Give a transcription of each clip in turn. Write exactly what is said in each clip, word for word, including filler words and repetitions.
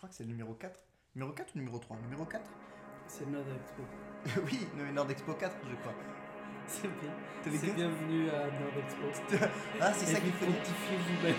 crois que c'est le numéro quatre. Numéro quatre ou numéro trois? Numéro quatre. C'est Nord Expo. Oui, le Nord Expo quatre, je crois. C'est bien. T'as les C'est gars bienvenue à Nord Expo. Ah, c'est Et ça qu'il vous faut dire. pontifiez vous-même.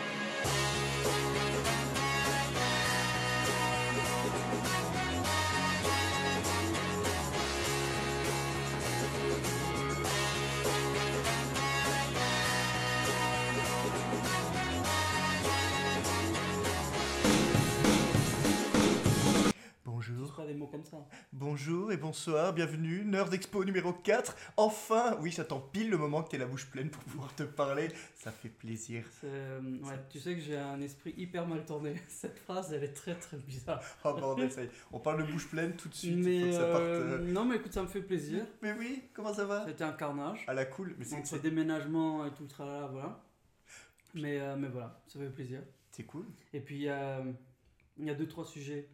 Bonjour. Pas des mots comme ça. Bonjour et bonsoir, bienvenue, Nerd Expo numéro quatre. Enfin, oui, j'attends pile le moment que t'aies la bouche pleine pour pouvoir te parler. Ça fait plaisir. C'est, euh, ouais, tu sais que j'ai un esprit hyper mal tourné. Cette phrase, elle est très très bizarre. Oh bordel, ça y est. On parle de bouche pleine tout de suite. Il Mais faut que ça parte. euh, euh. non, mais écoute, ça me fait plaisir. Mais oui, comment ça va? C'était un carnage. À la cool. Mais c'est, Entre c'est... déménagement et tout le tralala, voilà. Mais, euh, mais voilà, ça fait plaisir. c'est cool. Et puis, il y a, il y a deux, trois sujets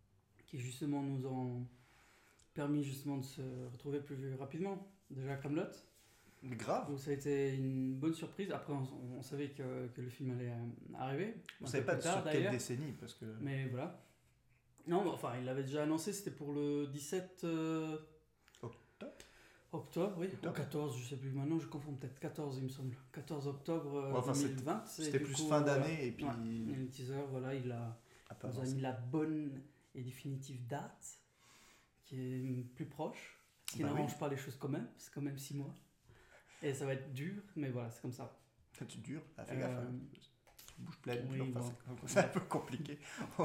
qui justement nous ont permis justement de se retrouver plus rapidement. Déjà Kaamelott, Mais grave. où ça a été une bonne surprise. Après, on, on savait que, que le film allait euh, arriver. On Un savait peu pas plus tard, sur quelle d'ailleurs. décennie parce que. Mais voilà. Non, mais enfin, il l'avait déjà annoncé, c'était pour le dix-sept euh, Octobre. octobre, oui. Octobre. Ou quatorze, je sais plus. Maintenant, je confonds peut-être quatorze, il me semble. quatorze octobre euh, Ouais, enfin, deux mille vingt. Et C'était du plus coup, fin euh, d'année et puis. ouais, et le teaser, voilà, il a, Ah, pas nous a avancé. mis la bonne et définitive date, qui est plus proche, ce qui Bah n'arrange oui. pas les choses quand même, c'est quand même six mois. Et ça va être dur, mais voilà, c'est comme ça. Ça, tu dures. Ah, fais Euh, gaffe. hein. Bouche pleine. oui, toujours, enfin, bon. c'est, c'est un peu compliqué.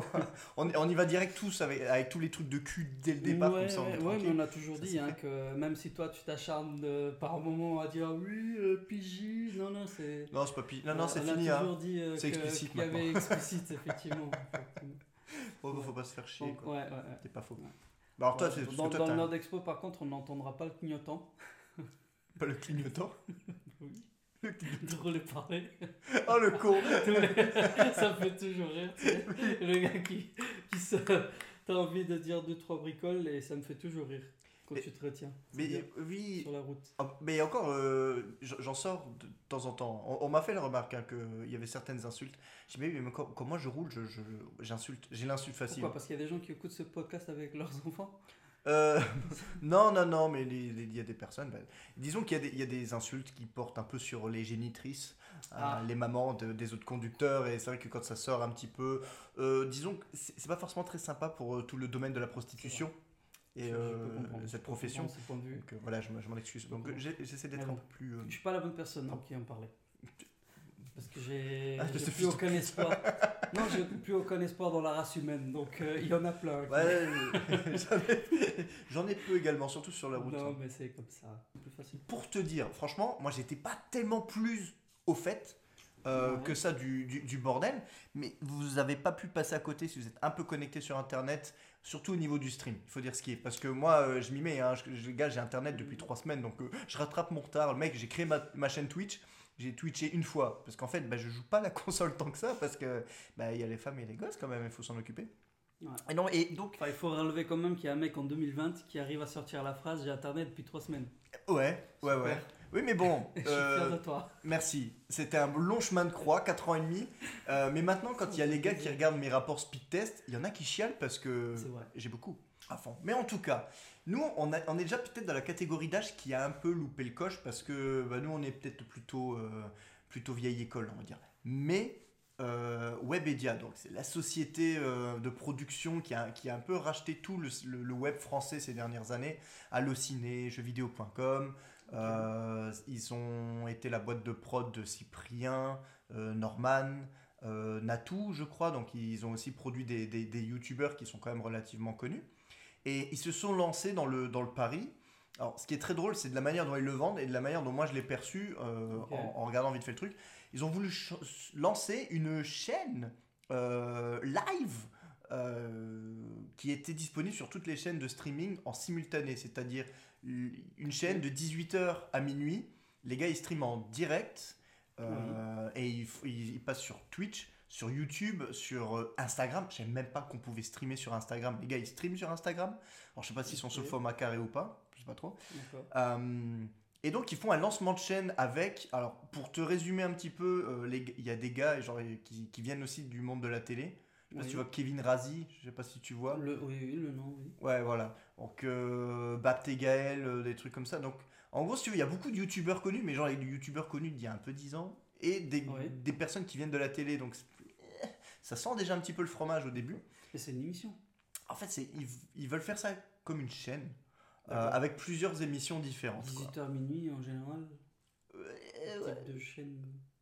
on, on y va direct tous avec, avec tous les trucs de cul dès le départ. ouais, comme ça, on est ouais, tranquille. mais on a toujours Ça, dit c'est hein, fait. que même si toi tu t'acharnes de- par moment à dire oui, euh, P J, non, non, c'est. Non, c'est pas pi... Non, non, on c'est a fini. toujours Hein. dit euh, C'est que- explicite qu'il y avait maintenant. explicite, effectivement. effectivement. Oh, faut pas se faire chier. Donc, Quoi. ouais, ouais, ouais. C'est pas faux. Ouais. Bah, alors, toi, Ouais, c'est parce dans que toi, dans t'as le Nord Expo, par contre, on n'entendra pas le clignotant. pas le clignotant. Oui. Le clignotant. Drôle de parler. Oh, le con. Tous les- Ça me fait toujours rire. Tu sais. Le gars qui, qui se. T'as envie de dire deux, trois bricoles et ça me fait toujours rire quand Mais- tu te retiens. C'est Mais bien, oui. sur la route. Ah, mais encore, euh, j'en j'en sors de temps en temps. On, on m'a fait la remarque hein, qu'il y avait certaines insultes. J'ai dit, mais, oui, mais quand, quand moi je roule, je, je- j'insulte. J'ai l'insulte facile. Pourquoi? Parce qu'il y a des gens qui écoutent ce podcast avec leurs enfants. Euh, non, non, non, mais les- les- il y a des personnes. Bah, disons qu'il y a, des, il y a des insultes qui portent un peu sur les génitrices, euh, Ah. les mamans de- des autres conducteurs. Et c'est vrai que quand ça sort un petit peu. euh, disons que c'est c'est pas forcément très sympa pour euh, tout le domaine de la prostitution et Je- je euh, peux comprendre, je cette peux profession. comprendre ce point de vue. Donc euh, voilà, je, m- je m'en excuse. Donc euh, j'ai- j'essaie d'être Mais un bon. peu plus. euh, Je suis pas la bonne personne hein, qui en parlait. Parce que j'ai Ah, j'ai c'est plus fils de aucun espoir. Non, j'ai plus aucun espoir dans la race humaine. Donc euh, il y en a plein. qui- Ouais, euh, j'en ai, j'en ai peu également, surtout sur la route. Non, mais c'est comme ça. C'est plus facile. Pour te dire, franchement, moi j'étais pas tellement plus au fait euh, Ouais. que ça du, du, du bordel, mais vous avez pas pu passer à côté si vous êtes un peu connecté sur internet, surtout au niveau du stream, il faut dire ce qui est. Parce que moi euh, je m'y mets, hein, je, je- gars, j'ai internet depuis trois semaines, donc euh, je rattrape mon retard. Le mec, j'ai créé ma, ma chaîne Twitch. J'ai twitché une fois, parce qu'en fait, bah, je joue pas à la console tant que ça, parce que bah, il y a les femmes et les gosses quand même, il faut s'en occuper. Ouais. Et non, et donc, Enfin, il faut relever quand même qu'il y a un mec en deux mille vingt qui arrive à sortir la phrase j'ai internet depuis trois semaines. ouais, ouais, ouais. Super. Oui, mais bon, Je suis euh, fier de toi. merci. C'était un long chemin de croix, quatre ans et demi. Euh, mais maintenant, quand il y a les gars qui regardent mes rapports speed test, il y en a qui chialent parce que C'est vrai. j'ai beaucoup à fond. Mais en tout cas, nous, on, a- on est déjà peut-être dans la catégorie d'âge qui a un peu loupé le coche parce que bah, nous, on est peut-être plutôt, euh, plutôt vieille école, on va dire. Mais euh, Webedia, donc c'est la société euh, de production qui a, qui a un peu racheté tout le, le- le web français ces dernières années, Allociné, jeuxvideo point com. Euh, ils ont été la boîte de prod de Cyprien, euh, Norman, euh, Natou, je crois. Donc ils ont aussi produit des, des, des youtubeurs qui sont quand même relativement connus. Et ils se sont lancés dans le, dans le pari. Alors, ce qui est très drôle, c'est de la manière dont ils le vendent et de la manière dont moi je l'ai perçu euh, Ok. en, en regardant vite fait le truc. Ils ont voulu ch- lancer une chaîne euh, live euh, qui était disponible sur toutes les chaînes de streaming en simultané. C'est-à-dire une chaîne de dix-huit heures à minuit. Les gars, ils streament en direct euh, et ils, f- ils- ils passent sur Twitch, sur YouTube, sur euh, Instagram. Je savais même pas qu'on pouvait streamer sur Instagram. Les gars, ils streament sur Instagram. Alors, je sais pas s'ils sont Ok. sous format carré ou pas. Je sais pas trop. D'accord. Euh, et donc, ils font un lancement de chaîne avec. Alors, pour te résumer un petit peu, euh, les g- il y a des gars genre, qui, qui viennent aussi du monde de la télé. sais pas si Oui. tu vois Kevin Razi, je sais pas si tu vois. Le, oui, oui, le nom, oui. Ouais, voilà. Donc, euh, Bapt et Gaël, euh, des trucs comme ça. Donc, en gros, si tu veux, il y a beaucoup de youtubeurs connus, mais genre les youtubeurs connus d'il y a un peu dix ans, et des, Ouais. des personnes qui viennent de la télé. Donc, c'est- ça sent déjà un petit peu le fromage au début. Et c'est une émission. En fait, c'est, ils, ils veulent faire ça comme une chaîne, euh, D'accord. avec plusieurs émissions différentes. quoi. dix-huit heures minuit en général. Euh, ouais. Type de chaîne.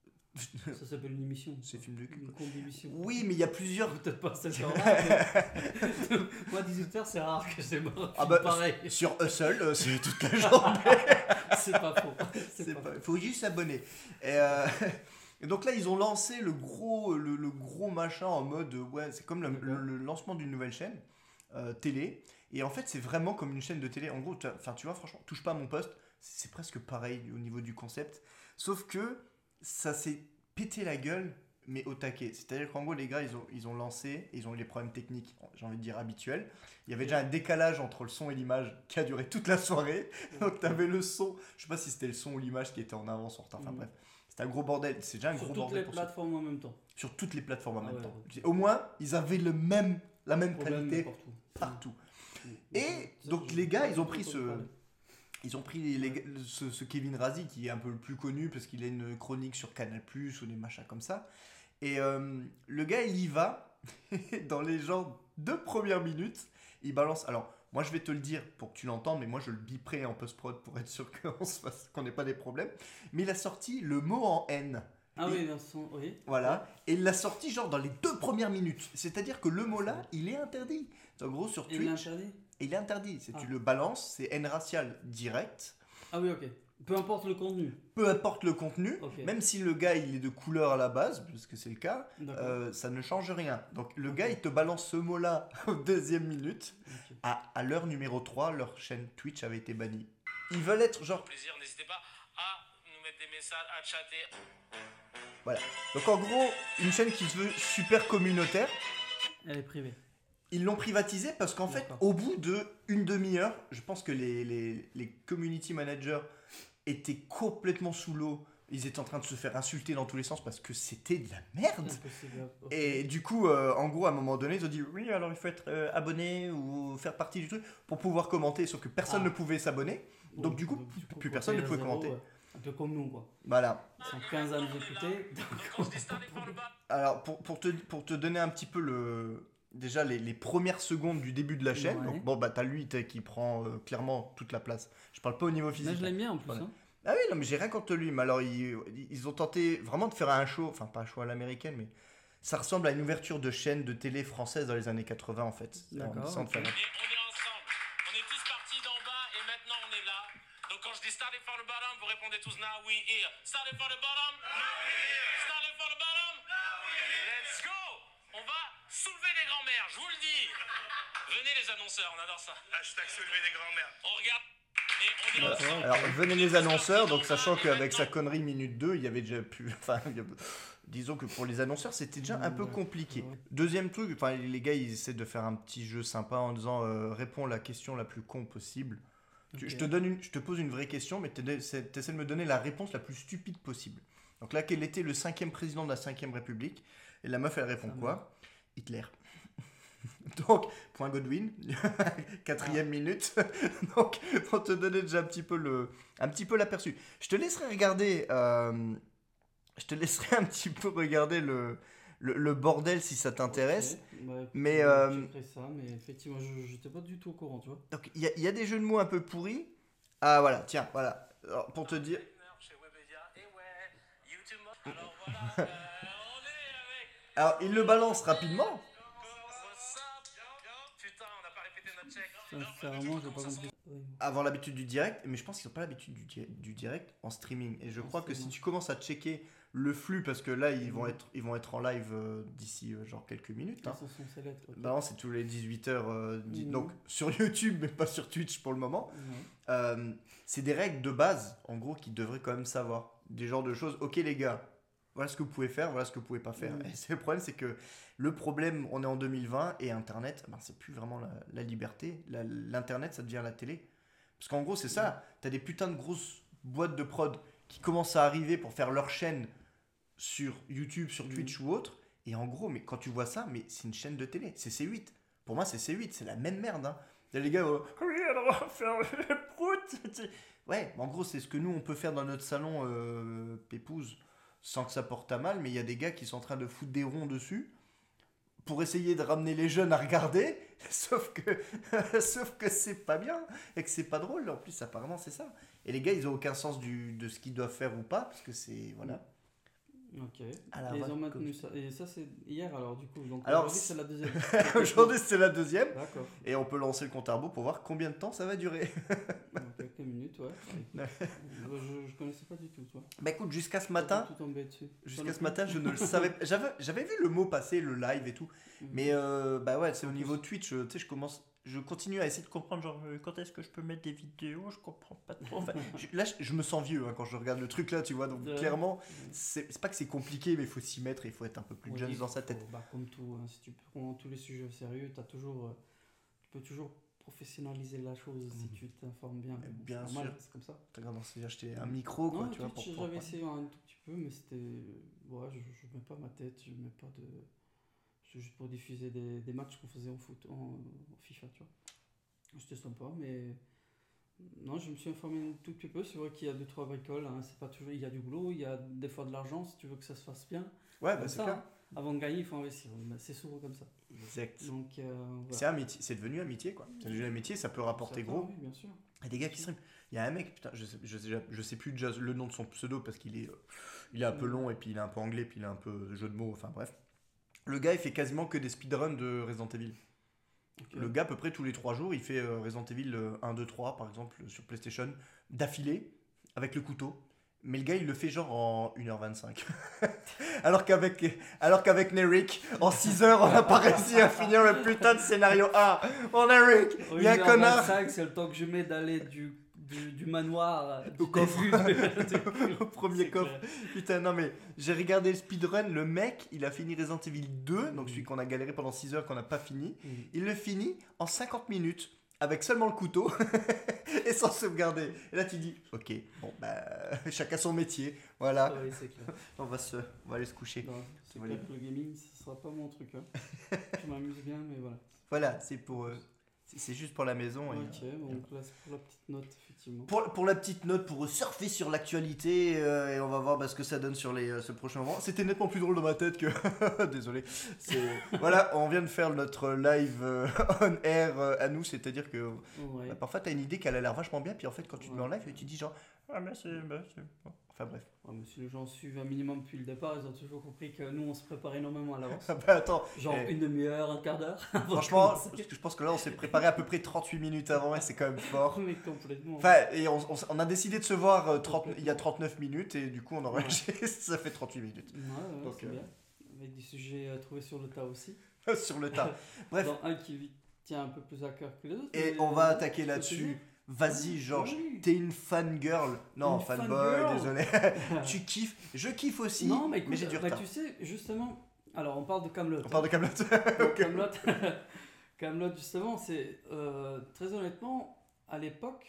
Ça s'appelle une émission. C'est film de cul. Une con d'émission. Oui, mais il y a plusieurs. Peut-être pas cette heure-là. mais- Moi, dix-huit heures, c'est rare que c'est mort. Ah bah, pareil. sur Hustle, euh, c'est toute la journée. C'est pas faux. C'est C'est pas pas- faux. faut juste s'abonner. Et, euh, et donc là, ils ont lancé le gros, le, le gros machin en mode, euh, ouais, c'est comme le, D'accord. le- le lancement d'une nouvelle chaîne euh, télé. Et en fait, c'est vraiment comme une chaîne de télé. En gros, tu enfin, tu vois, franchement, touche pas à mon poste, c'est c'est presque pareil au niveau du concept. Sauf que ça s'est pété la gueule, mais au taquet. C'est-à-dire qu'en gros, les gars, ils ont, ils ont lancé, ils ont eu les problèmes techniques, j'ai envie de dire habituels. Il y avait déjà un décalage entre le son et l'image qui a duré toute la soirée. Donc, tu avais le son, je sais pas si c'était le son ou l'image qui était en avance en retard. Enfin Mhm. bref, c'était un gros bordel. C'est déjà un Sur gros toutes bordel les pour ceux- plateformes en même temps. sur toutes les plateformes en Ah même ouais, temps. ok. Au moins, ils avaient le même, la même Problème qualité n'importe où. partout. Mhm. Et Ça, donc, j'ai les gars, pas ils ont entendu pris ce- parler. Ils ont pris les- les- ce, ce Kevin Razi qui est un peu le plus connu parce qu'il a une chronique sur Canal plus, ou des machins comme ça. Et euh, le gars, il y va dans les genre deux premières minutes. Il balance. Alors, moi, je vais te le dire pour que tu l'entendes, mais moi, je le biperai en post-prod pour être sûr qu'on se fasse- qu'on n'ait pas des problèmes. Mais il a sorti le mot en haine. Ah Et- oui, dans son. Oui. Voilà. Et il l'a sorti genre dans les deux premières minutes. C'est-à-dire que le mot là, il est interdit. En gros, sur Et il Twitch, l'interdit. il est interdit. Si tu Ah. le balances, c'est haine raciale direct. Ah oui, ok. Peu importe le contenu. Peu importe le contenu, Ok. même si le gars il est de couleur à la base, parce que c'est le cas, D'accord. euh, ça ne change rien. Donc le gars il te balance ce mot-là au deuxième minute. Ok. À, à l'heure numéro trois, leur chaîne Twitch avait été bannie. Ils veulent être genre. plaisir, n'hésitez pas à nous mettre des messages, à chatter. Voilà. Donc en gros, une chaîne qui se veut super communautaire, Elle est privée. ils l'ont privatisée parce qu'en fait, D'accord. au bout de une demi-heure, je pense que les, les, les community managers étaient complètement sous l'eau. Ils étaient en train de se faire insulter dans tous les sens parce que c'était de la merde. Impossible. Ok. Et du coup, euh, en gros, à un moment donné, ils ont dit oui, alors il faut être euh, abonné ou faire partie du truc pour pouvoir commenter, sauf que personne Ah. ne pouvait s'abonner. Donc, du coup, du plus personne ne côté pouvait zéro, commenter. ouais. Un peu comme nous, quoi. Voilà. Ils sont quinze à nous écouter. Donc on se dit Star Défend le bas. Alors, pour, pour, te, pour te donner un petit peu le. Déjà, les, les premières secondes du début de la chaîne. Ouais. Donc, bon, bah, t'as lui t'as- qui prend euh, clairement toute la place. Je parle pas au niveau Mais physique. je l'aime bien en plus. Voilà. Hein. Ah oui, non, mais j'ai rien contre lui. Mais alors, ils, ils ont tenté vraiment de faire un show. Enfin, pas un show à l'américaine, mais. Ça ressemble à une ouverture de chaîne de télé française dans les années quatre-vingts, en fait. D'accord, En essayant de ok. faire- Et on est ensemble. On est tous partis d'en bas et maintenant on est là. Donc quand je dis Star Défend le bottom, vous répondez tous now we here. Star Défend le bottom. Now we here. Star Défend le bottom. Now we here. Let's go. On va soulever des grands-mères, je vous le dis. Venez les annonceurs, on adore ça. Hashtag soulever des grands-mères. On regarde. Et on est Voilà. ensemble. Alors, venez les annonceurs, donc sachant qu'avec sa connerie minute deux, il y avait déjà pu. Enfin, il y a- disons que pour les annonceurs, c'était déjà un peu Ouais, compliqué. ouais. Deuxième truc, enfin, les gars, ils essaient de faire un petit jeu sympa en disant euh, réponds la question la plus con possible. Tu- Ok. Je, te donne une, je te pose une vraie question, mais tu essaies de me donner la réponse la plus stupide possible. Donc là, quel était le cinquième président de la cinquième République? Et la meuf, elle répond Ça quoi? Hitler. Donc, point Godwin, quatrième Ah. minute. Donc, pour te donner déjà un petit peu le, un petit peu l'aperçu. Je te laisserai regarder, euh, je te laisserai un petit peu regarder le, le, le bordel si ça t'intéresse. Ok. Bah, écoute, Mais, je euh, checkerai ça, mais effectivement, je n'étais pas du tout au courant, tu vois. Donc, il y, a- il y a des jeux de mots un peu pourris. Ah voilà, tiens, voilà. Alors, pour te dire, Chez Webedia. Et ouais, YouTube. Alors voilà, euh, on est avec. alors il le balance rapidement. What's up? Putain, on n'a pas répété notre check. Sincèrement, j'ai pas compris. Ouais. Avoir l'habitude du direct, mais je pense qu'ils n'ont pas l'habitude du, di- du direct en streaming. Et je En crois que si streaming. tu commences à checker le flux, parce que là, ils vont Mhm. être, ils vont être en live euh, d'ici euh, genre quelques minutes. Hein. Ils se sont select, ok. Bah non, c'est tous les dix-huit heures. Mhm. Donc sur YouTube, mais pas sur Twitch pour le moment. Ouais. Euh, c'est des règles de base, en gros, qu'ils devraient quand même savoir. Des genres de choses. Ok, les gars, voilà ce que vous pouvez faire, voilà ce que vous pouvez pas faire. Mhm. Et c'est le problème, c'est que le problème, on est en deux mille vingt et Internet, ben, c'est plus vraiment la, la liberté. La- L'Internet, ça devient la télé. Parce qu'en gros, c'est ça. T'as des putains de grosses boîtes de prod qui commencent à arriver pour faire leur chaîne sur YouTube, sur Mhm. Twitch ou autre. Et en gros, mais quand tu vois ça, mais c'est une chaîne de télé, c'est C huit. Pour moi, c'est C huit, c'est la même merde. Hein. Et les gars, euh, oui, alors on va faire le prout. Ouais, en gros, c'est ce que nous, on peut faire dans notre salon euh, Pépouze, sans que ça porte à mal, mais il y a des gars qui sont en train de foutre des ronds dessus pour essayer de ramener les jeunes à regarder, sauf que, sauf que c'est pas bien et que c'est pas drôle. En plus, apparemment, c'est ça. Et les gars, ils ont aucun sens du, de ce qu'ils doivent faire ou pas, parce que c'est. Voilà. Ok. À la Et ils ont vague, maintenu comme- ça. Et ça, c'est hier alors, du coup. Donc Alors, aujourd'hui, c'est la deuxième. Aujourd'hui, c'est la deuxième. D'accord. Et on peut lancer le compte à rebours pour voir combien de temps ça va durer. Dans quelques minutes, ouais. Écoute, euh, je, je connaissais pas du tout, toi. Bah écoute, jusqu'à ce T'as matin, tout tombé dessus. jusqu'à Toi ce non matin, je ne le savais pas. J'avais, j'avais vu le mot passer, le live et tout. plus Mais euh, bah ouais, c'est au En niveau plus. Twitch, euh, tu sais, je commence. Je continue à essayer de comprendre, genre, euh, quand est-ce que je peux mettre des vidéos, je comprends pas trop. Enfin, je- là, je, je me sens vieux hein, quand je regarde le truc là, tu vois. Donc, Ouais. clairement, c'est, c'est pas que c'est compliqué, mais il faut s'y mettre et il faut être un peu plus Oui, jeune dans sa faut- tête. bah, comme tout, hein, si tu prends tous les sujets au sérieux, t'as toujours, euh, tu peux toujours professionnaliser la chose si Mhm. tu t'informes bien. Mais Bon, bien c'est normal, sûr. c'est comme ça. T'as regardé, j'ai acheté un micro, quoi, Non, tu vois. Twitch, Pour, pour- j'avais pour- essayé un tout petit peu, mais c'était. Ouais, je, je mets pas ma tête, je mets pas de. C'est juste pour diffuser des, des matchs qu'on faisait en foot, en, en FIFA, tu vois. C'était sympa, mais. Non, je me suis informé un tout petit peu. C'est vrai qu'il y a deux, trois bricoles. Hein, c'est pas toujours... Il y a du boulot, il y a des fois de l'argent si tu veux que ça se fasse bien. Ouais, Comme bah c'est ça, clair. hein. Avant de gagner, il faut investir. Bah, c'est souvent comme ça. Exact. Donc, euh, voilà. C'est un métier, c'est devenu un métier, quoi. C'est devenu un métier, ça peut rapporter Certains, gros. Oui, bien sûr. Il y a des gars qui stream. Il y a un mec, putain, je sais, je sais, je sais plus déjà le nom de son pseudo parce qu'il est, euh, il est un peu Mm. long et puis il est un peu anglais, puis il a un peu jeu de mots, enfin bref. Le gars, il fait quasiment que des speedruns de Resident Evil. Ok. Le gars, à peu près tous les trois jours, il fait euh, Resident Evil euh, un, deux, trois, par exemple, sur PlayStation, d'affilée, avec le couteau. Mais le gars, il le fait genre en une heure vingt-cinq. alors qu'avec alors qu'avec Nerik, en six heures, on n'a pas réussi à finir le putain de scénario A. Oh, Nerik, il y a un connard. C'est le temps que je mets d'aller du, du, du manoir Au du coffre. début. Au premier C'est coffre. clair. Putain, non mais j'ai regardé le speedrun, le mec, il a fini Resident Evil deux, donc Mhm. celui qu'on a galéré pendant six heures, qu'on n'a pas fini. Mm. Il le finit en cinquante minutes, avec seulement le couteau, et sans sauvegarder. Et là tu dis, ok, bon bah, chacun son métier, voilà, Oui, c'est clair. on va, se, on va aller se coucher. Non, c'est Voilà. clair que le gaming, ce sera pas mon truc. Hein. Je m'amuse bien, mais voilà. Voilà, c'est pour... euh, c'est- c'est juste pour la maison. Et, Ok, euh, donc là, c'est pour la petite note, effectivement. Pour, pour la petite note, pour surfer sur l'actualité, euh, et on va voir bah, ce que ça donne sur les, euh, ce prochain moment. C'était nettement plus drôle dans ma tête que... Désolé. C'est- Voilà, on vient de faire notre live euh, on air euh, à nous, c'est-à-dire que Ouais. bah, parfois t'as une idée qu'elle a l'air vachement bien, puis en fait quand tu te mets en Ouais. live, tu dis genre... Ah mais c'est... bah, c'est- bon. Enfin bref. Ouais, mais si les gens suivent un minimum depuis le départ, ils ont toujours compris que nous, on se prépare énormément à l'avance. Ah bah attends, Genre eh. une demi-heure, un quart d'heure. avant de franchement, commencer. parce que je pense que là on s'est préparé à peu près trente-huit minutes avant, et c'est quand même fort. Mais complètement. Enfin, et on, on s- on a décidé de se voir euh, trente il y a trente-neuf minutes, et du coup on enregistre, ça fait trente-huit minutes. Ouais, ouais, Donc, c'est euh, bien. Avec des sujets à trouver sur le tas aussi. Sur le tas. Bref. Dans un qui lui tient un peu plus à cœur que les autres. Et mais, on va euh, attaquer tu peux là-dessus. dire. Vas-y, Georges, Oui. t'es une fangirl. Non, Une fanboy, fangirl. désolé. Tu kiffes. Je kiffe aussi, Non, mais écoute, mais j'ai du bah, retard. tu sais, justement, alors on parle de Camelot. On parle de Camelot. Camelot, Camelot justement, c'est euh, très honnêtement, à l'époque,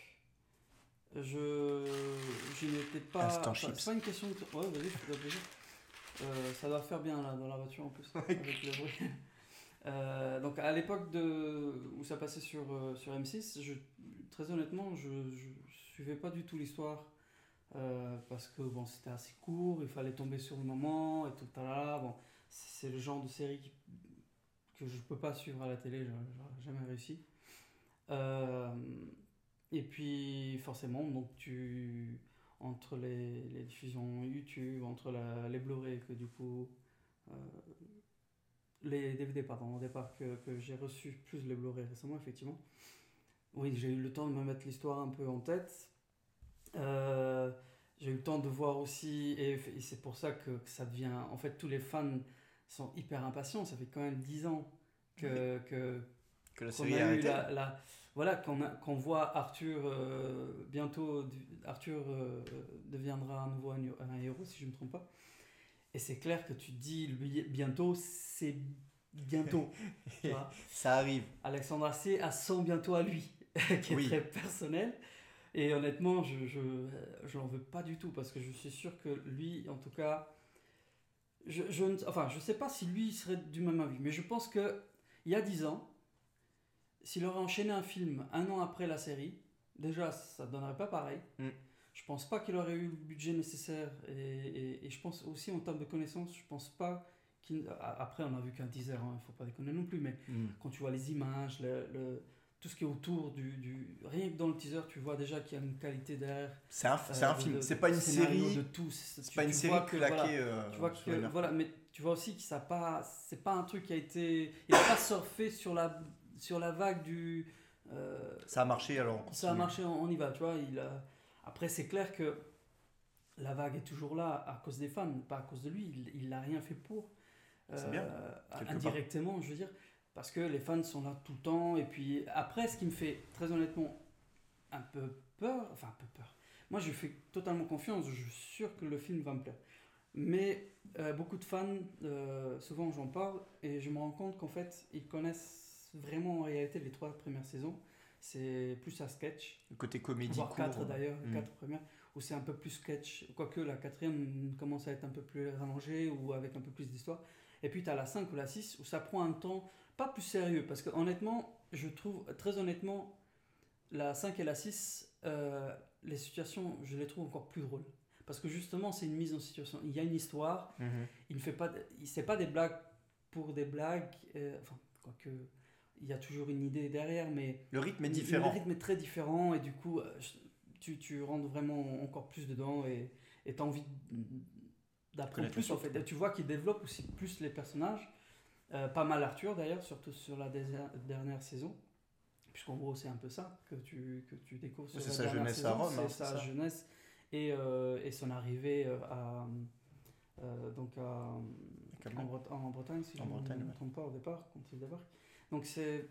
je, je n'étais pas. Instant enfin, chips. c'est pas une question de. Ouais, vas-y, je te plaisir. Euh, ça doit faire bien là dans la voiture en plus, avec le bruit. Euh, donc à l'époque de où ça passait sur, euh, sur M six, je, très honnêtement, je, je suivais pas du tout l'histoire euh, parce que bon, c'était assez court, il fallait tomber sur le moment et tout là. Bon, c'est le genre de série qui- que je peux pas suivre à la télé, j'aurais j'aurais jamais réussi. Euh, et puis forcément, donc tu entre les, les diffusions YouTube, entre la, les Blu-ray que du coup euh, les D V D pardon au départ que, que j'ai reçu plus les Blu-ray récemment effectivement. Oui, j'ai eu le temps de me mettre l'histoire un peu en tête. Euh, j'ai eu le temps de voir aussi et, et c'est pour ça que, que ça devient en fait tous les fans sont hyper impatients. Ça fait quand même dix ans que, que Que la qu'on série est a eu arrêtée. la, la- voilà qu'on a- qu'on voit Arthur euh, bientôt Arthur euh, deviendra à nouveau un, un héros si je me trompe pas et c'est clair que tu te dis lui bientôt c'est bientôt tu vois. Ça arrive. Alexandre Astier a son bientôt à lui qui est Oui. très personnel et honnêtement je je, je l'en veux pas du tout parce que je suis sûr que lui en tout cas je, je, ne- enfin, je sais pas si lui serait du même avis, mais je pense que il y a dix ans, s'il aurait enchaîné un film un an après la série, déjà ça donnerait pas pareil. Mm. Je pense pas qu'il aurait eu le budget nécessaire et, et, et je pense aussi en termes de connaissances, je pense pas qu'il. a- Après, on a vu qu'un teaser, hein, il faut pas déconner non plus, mais Mm. quand tu vois les images, le, le- tout ce qui est autour du, du. Rien que dans le teaser, tu vois déjà qu'il y a une qualité derrière. C'est un, c'est euh, un de- film, de- c'est pas une de scénario, série. de tout. C'est, C'est tu- pas une tu série vois que, claquée. voilà, euh, tu vois sur que le nerf. voilà, mais tu vois aussi que ça a pas, c'est pas un truc qui a été, il a pas surfé sur la sur la vague du. euh, Ça a marché alors. on ça a continue. marché, on, on y va, tu vois. Il a... Après, c'est clair que la vague est toujours là à cause des fans, pas à cause de lui. Il, il n'a rien fait pour. C'est bien, Euh, quelque indirectement, je veux dire, parce que les fans sont là tout le temps. Et puis après, ce qui me fait très honnêtement un peu peur, enfin un peu peur. Moi, je fais totalement confiance. Je suis sûr que le film va me plaire. Mais euh, beaucoup de fans, euh, souvent j'en parle et je me rends compte qu'en fait, ils connaissent vraiment en réalité les trois premières saisons. C'est plus un sketch, Le côté comédie voire court. quatre d'ailleurs, les Mm. quatre premières, où c'est un peu plus sketch. Quoique la quatrième commence à être un peu plus rallongée ou avec un peu plus d'histoire. Et puis tu as la cinq ou la six où ça prend un temps pas plus sérieux. Parce que honnêtement, je trouve, très honnêtement, la cinq et la six, euh, les situations, je les trouve encore plus drôles. Parce que justement, c'est une mise en situation. Il y a une histoire, Mhm. il ne fait pas, de- il c'est pas des blagues pour des blagues. euh, enfin, quoique, il y a toujours une idée derrière, mais Le rythme est le- différent. Le rythme est très différent et du coup, euh, je- tu, tu rentres vraiment encore plus dedans et tu as envie de- d'apprendre Connaître plus la en suite, fait. Et tu vois qu'il développe aussi plus les personnages. Euh, pas mal Arthur d'ailleurs, surtout sur la dé- dernière saison. Puisqu'en gros, c'est un peu ça que tu, que tu découvres sur C'est la sa dernière jeunesse saison. à Rome, C'est hein, sa c'est ça. jeunesse et, euh, et son arrivée euh, à, euh, donc à, Quel en, nom Bret- en Bretagne, si En je ne Bretagne, me ouais. trompe pas au départ, quand il débarque. Donc c'est...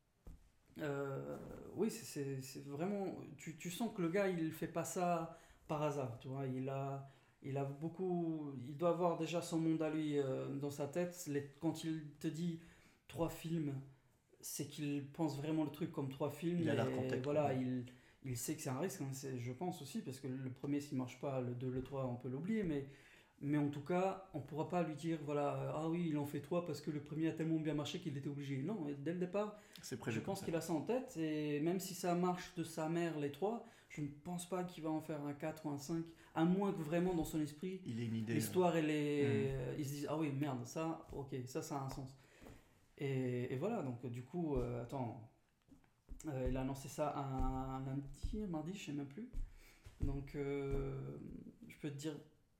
euh, oui, c'est- c'est c'est vraiment... Tu, tu sens que le gars, il fait pas ça par hasard, tu vois. Il a, il a beaucoup... Il doit avoir déjà son monde à lui euh, dans sa tête. Les, quand il te dit trois films, c'est qu'il pense vraiment le truc comme trois films. Il a et l'arc en tête, voilà, quoi. il, il sait que c'est un risque, hein, c'est- je pense aussi, parce que le premier, s'il marche pas, le deux, le trois, on peut l'oublier, mais... Mais en tout cas, on ne pourra pas lui dire, voilà, euh, ah oui, il en fait trois parce que le premier a tellement bien marché qu'il était obligé. Non, et dès le départ, C'est prévu. je pense comme qu'il a ça en tête. Et même si ça marche de sa mère, les trois, je ne pense pas qu'il va en faire un quatre ou un cinq. À moins que vraiment, dans son esprit, ça. Il est une idée. l'histoire, elle est, Mm. euh, ils se disent, ah oui, merde, ça, ok, ça, ça a un sens. Et, et voilà, donc du coup, euh, attends, euh, il a annoncé ça un lundi, un mardi, je sais même plus. Donc, euh, je peux te dire...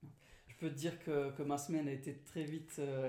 Je peux te dire que, que ma semaine a été très vite. euh,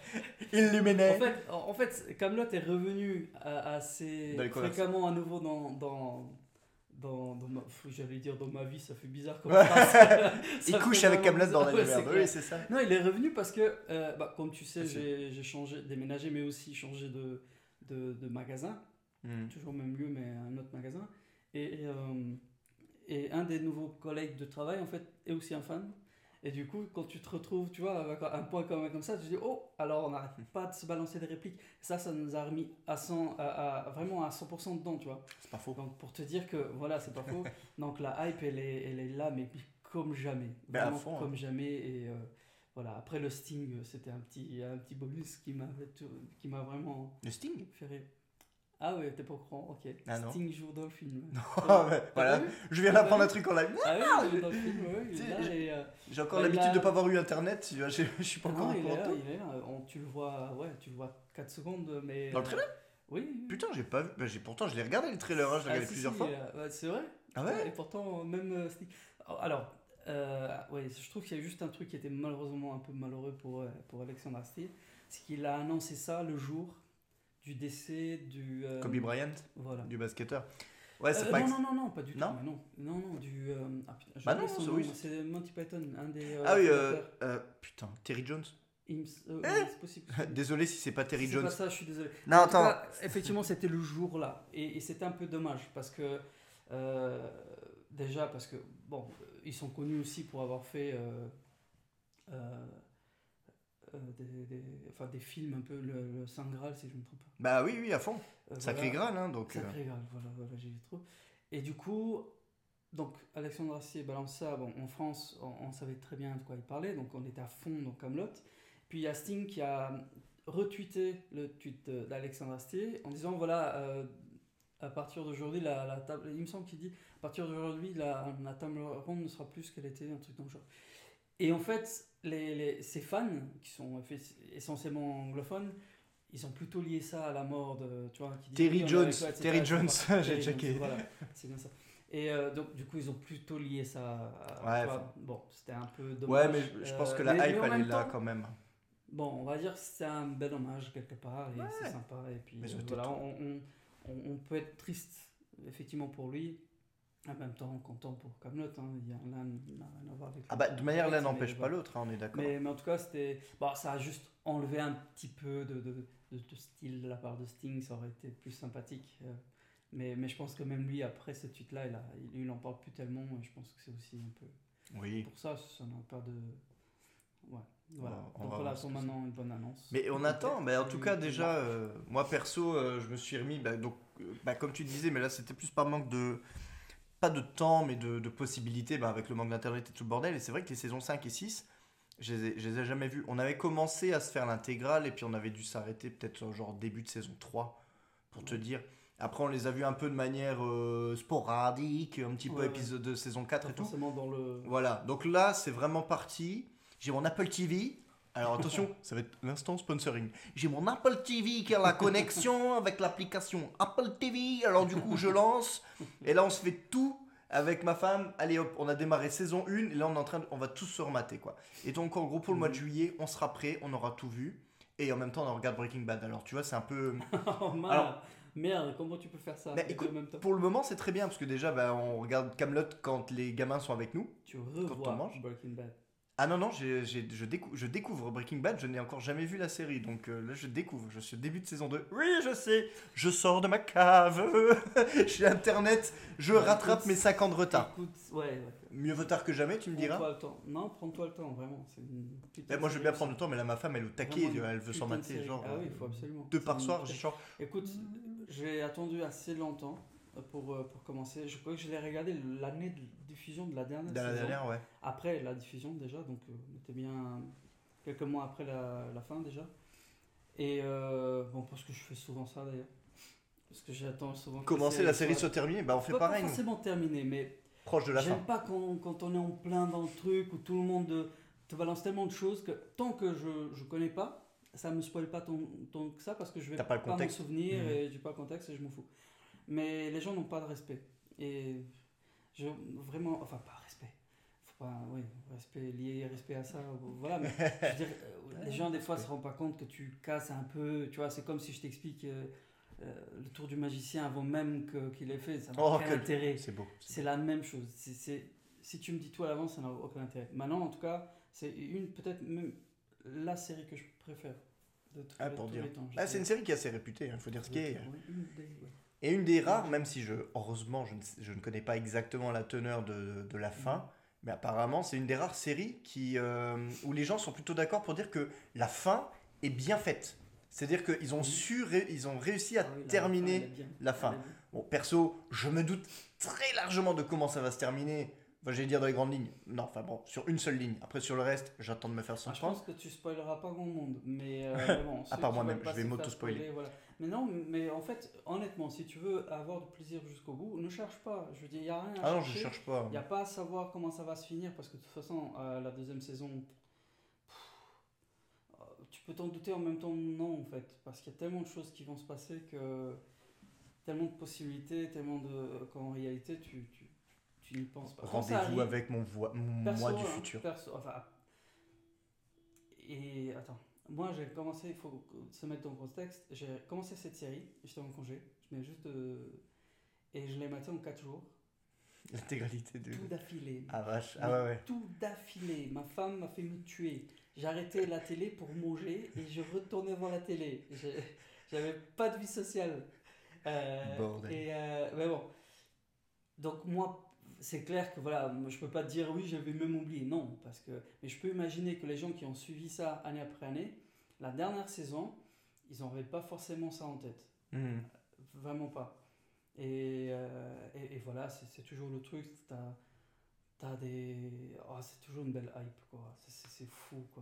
Illuminé. En fait, en, en fait, Kaamelott est revenu à- assez Dans les conversations. fréquemment à nouveau dans dans dans, dans ma, pff, j'allais dire dans ma vie, ça fait bizarre comme Ouais. phrase. Ça Il fait couche avec vraiment Kaamelott dans bizarre. la Ouais, c'est merde. clair. Oui, c'est ça. Non, il est revenu parce que, euh, bah, comme tu sais, Ah, c'est- j'ai j'ai changé, déménagé, mais aussi changé de, de, de magasin. Mm. Toujours au même lieu, mais un autre magasin. Et, et, euh, et un des nouveaux collègues de travail, en fait, est aussi un fan. Et du coup, quand tu te retrouves, tu vois, avec un point commun comme ça, tu te dis, oh, alors on n'arrête pas de se balancer des répliques. Ça, ça nous a remis à cent, à, à- vraiment à cent pour cent dedans, tu vois. C'est pas faux. Donc, pour te dire que, voilà, c'est pas faux. Donc, la hype, elle est, elle est là, mais comme jamais. Ben, à Vraiment fond, comme hein. jamais. Et euh, voilà, après le Sting, c'était un petit, un petit bonus qui m'a qui m'a vraiment Le Sting. fait rire. Ah ouais, t'es pas au courant, ok. Ah non. Sting joue dans le film. Oh, ouais, T'as voilà. vu Je viens d'apprendre un truc en live. Ah oui, il joue dans le film, ouais, il est là, J'ai- et, euh, J'ai encore Bah, il l'habitude a- de pas avoir eu internet. tu vois, Je je suis pas non, encore au il est courant. là, de tout. il est là. On, tu le vois, ouais, tu le vois quatre secondes, mais... Dans le euh, trailer. Oui. oui. Putain, j'ai pas vu. Bah, j'ai pourtant, je l'ai regardé le trailer. hein, Je l'ai Ah, regardé si, plusieurs si, fois. euh, ouais, c'est vrai. Ah ouais. Et pourtant, même euh, Sting- Alors, euh, ouais, je trouve qu'il y a juste un truc qui était malheureusement un peu malheureux pour, euh, pour Alexandre Astier, c'est qu'il a annoncé ça le jour du décès du... euh, Kobe Bryant, Voilà. du basketteur. Ouais, c'est Euh, pas. non, ex- non, non, non, pas du tout. Non mais non, non, non, du... euh, ah, putain, j'ai Bah oublié non, son c'est- nom, oui. c'est Monty Python, un des... euh, Ah oui, euh, fondateurs. euh, putain, Terry Jones. Il me s- euh, Eh oui, c'est possible. Désolé si c'est pas Terry C'est Jones. pas ça, je suis désolé. Non, En tout attends. cas, effectivement, c'était le jour là. Et, et c'était un peu dommage parce que, euh, déjà, parce que, bon, euh, ils sont connus aussi pour avoir fait euh, euh, euh, des, des, enfin, des films un peu, le, le Saint Graal, si je ne me trompe pas. Bah oui, oui, à fond. Euh, Sacré voilà. Graal, hein, donc. euh, Sacré Graal, voilà, voilà j'ai dit trop. Et du coup, donc Alexandre Astier balance ça. Bon, en France, on, on savait très bien de quoi il parlait, donc on était à fond dans Kaamelott. puis il y a Sting qui a retweeté le tweet de- d'Alexandre Astier en disant voilà, euh, à partir d'aujourd'hui, la, la table, il me semble qu'il dit à partir d'aujourd'hui, la, la table ronde ne sera plus ce qu'elle était, un truc dans le genre. Et en fait, les, les, ces fans, qui sont fait- essentiellement anglophones, ils ont plutôt lié ça à la mort de. Tu vois, qui dit, Terry oui, on Jones, avait quoi, et cetera, Terry et cetera. Jones, j'ai Terry checké. Jones, voilà, c'est bien ça. Et euh, donc, du coup, ils ont plutôt lié ça à. Ouais, tu vois, enfin. bon, c'était un peu dommage. Ouais, mais je, je pense Euh, que la mais- hype, mais en elle est même là temps, quand même. bon, on va dire que c'est un bel hommage quelque part, et Ouais. c'est sympa. Et puis, Mais euh, c'était voilà, tout. on, on, on, on peut être triste, effectivement, pour lui. En même temps, content pour Kaamelott, hein. Il y a l'un n'a rien à voir avec Ah bah, de manière, l'un l'autre, mais n'empêche pas voilà. l'autre, hein, on est d'accord. Mais, mais en tout cas, c'était. Bon, ça a juste enlevé un petit peu de, de, de, de style de la part de Sting, ça aurait été plus sympathique. euh. Mais, mais je pense que même lui, après ce tweet-là, il, a, il, il en parle plus tellement. Et je pense que c'est aussi un peu. Oui. Pour ça, ça n'a pas de. Ouais, voilà. On va- on Donc va voilà, voir ce pour que maintenant une bonne annonce. Mais on attend, mais en tout cas Et- déjà, euh, moi perso, euh, je me suis remis, bah, donc, euh, bah, comme tu disais, mais là c'était plus par manque de, pas de temps, mais de, de possibilités, bah, avec le manque d'internet et tout le bordel, et c'est vrai que les saisons cinq et six, je les ai, je les ai jamais vues. On avait commencé à se faire l'intégrale, et puis on avait dû s'arrêter peut-être euh, genre début de saison trois, pour te Ouais. dire. Après on les a vus un peu de manière euh, sporadique, un petit peu Ouais, ouais. épisode de saison quatre Pas et tout. forcément dans le. Voilà, donc là c'est vraiment parti. J'ai mon Apple T V. Alors attention, ça va être l'instant sponsoring. J'ai mon Apple T V qui a la connexion avec l'application Apple T V. Alors du coup je lance. Et là on se fait tout avec ma femme. Allez hop, on a démarré saison un. Et là on est en train de, on va tous se remater quoi. Et donc en gros pour le mois de juillet, on sera prêt, on aura tout vu. Et en même temps on regarde Breaking Bad. Alors tu vois c'est un peu... Oh man, Alors- merde, comment tu peux faire ça Mais les deux écoute, en même temps? pour le moment c'est très bien parce que déjà bah, on regarde Kaamelott quand les gamins sont avec nous. Tu on revois mange. Breaking Bad. Ah non, non, j'ai- j'ai- je, décou- je découvre Breaking Bad, je n'ai encore jamais vu la série, donc euh, là je découvre, je suis au début de saison deux. Oui, je sais, je sors de ma cave, j'ai internet, je Ouais, rattrape écoute, mes cinq ans de retard. Écoute, ouais, ouais. Mieux vaut tard que jamais, tu me diras. Prends-toi le temps. Non, prends-toi le temps, vraiment. C'est une putain Ben, de moi je veux série bien aussi. prendre le temps, mais là ma femme elle est au taquet, Vraiment une elle veut s'en putain de mater, série. genre Ah oui, il faut euh, absolument. deux C'est par une soir, putain- j'ai genre... Écoute, j'ai attendu assez longtemps pour, euh, pour commencer. Je crois que je l'ai regardé l'année de diffusion de la dernière Dans la saison. dernière, ouais. Après la diffusion déjà, donc euh, on était bien quelques mois après la, la fin déjà. Et euh, bon, parce que je fais souvent ça d'ailleurs. Parce que j'attends souvent que Commencer la série soit- soit terminée, bah on fait pas, pareil, pas nous. forcément terminée, mais Proche de la fin. j'aime pas quand, quand on est en plein dans le truc où tout le monde euh, te balance tellement de choses que tant que je je connais pas, ça me spoil pas tant, tant que ça parce que je vais T'as pas le m'en contexte. souvenir Mhm. et j'ai pas le contexte et je m'en fous. Mais les gens n'ont pas de respect. Et je, vraiment, enfin pas respect. Faut pas, oui, respect lié respect à ça. Voilà, mais je veux dire, euh, les gens des fois se rendent pas compte que tu casses un peu. Tu vois, c'est comme si je t'explique euh, euh, le tour du magicien avant même que, qu'il ait fait. Ça n'a Oh, aucun quel- intérêt. C'est beau. C'est la même chose. C'est, c'est- si tu me dis tout à l'avance, ça n'a aucun intérêt. Maintenant, en tout cas, c'est une peut-être même la série que je préfère de, tous- Ah, de pour tous dire. les temps. je Ah, c'est une dirais. série qui est assez réputée, il faut dire ce qui est. Ouais, une des- ouais. Et une des rares, même si je, heureusement je ne, sais- je ne connais pas exactement la teneur de, de la fin, mais apparemment c'est une des rares séries qui, euh, où les gens sont plutôt d'accord pour dire que la fin est bien faite. C'est-à-dire qu'ils ont, Mhm. su ré- ils ont réussi à Ah oui, la terminer fin, elle est bien. la fin. Elle est bien. Bon, perso, je me doute très largement de comment ça va se terminer. Enfin, j'allais dire dans les grandes lignes. Non, enfin bon, sur une seule ligne. Après, sur le reste, j'attends de me faire Ah, je comprendre. pense que tu spoileras pas grand monde, mais euh, mais bon, ceux part qui moi-même, veulent pas je vais se faire m'auto-spoiler. spoiler, voilà. Mais non, mais en fait, honnêtement, si tu veux avoir du plaisir jusqu'au bout, ne cherche pas. Je veux dire, il n'y a rien à Ah non, je chercher. cherche pas. Il n'y a pas à savoir comment ça va se finir, parce que de toute façon, euh, la deuxième saison, pff, euh, tu peux t'en douter en même temps, non, en fait. Parce qu'il y a tellement de choses qui vont se passer que. Tellement de possibilités, tellement de. qu'en réalité, tu, tu, tu n'y penses pas. Quand ça Rendez-vous arrive, avec mon, voi- mon perso, moi du hein, futur. perso, enfin. Et attends, moi j'ai commencé, il faut se mettre dans le contexte, j'ai commencé cette série, j'étais en congé, je venais juste de. Et je l'ai maté en quatre jours, L'intégralité de. tout d'affilée. Ah vache. Mais Ah ouais, ouais. Tout d'affilée. Ma femme m'a fait me tuer. J'arrêtais la télé pour manger et je retournais voir la télé. J'ai- J'avais pas de vie sociale. Euh, Bordel. Et euh, mais bon. Donc moi, c'est clair que voilà, moi, je peux pas te dire oui, j'avais même oublié. Non, parce que. Mais je peux imaginer que les gens qui ont suivi ça année après année, la dernière saison, ils n'avaient pas forcément ça en tête. Mhm. Vraiment pas. Et, euh, et, et voilà, c'est c'est toujours le truc. T'as, t'as des. Oh, c'est toujours une belle hype, quoi. C'est, c'est, c'est fou, quoi.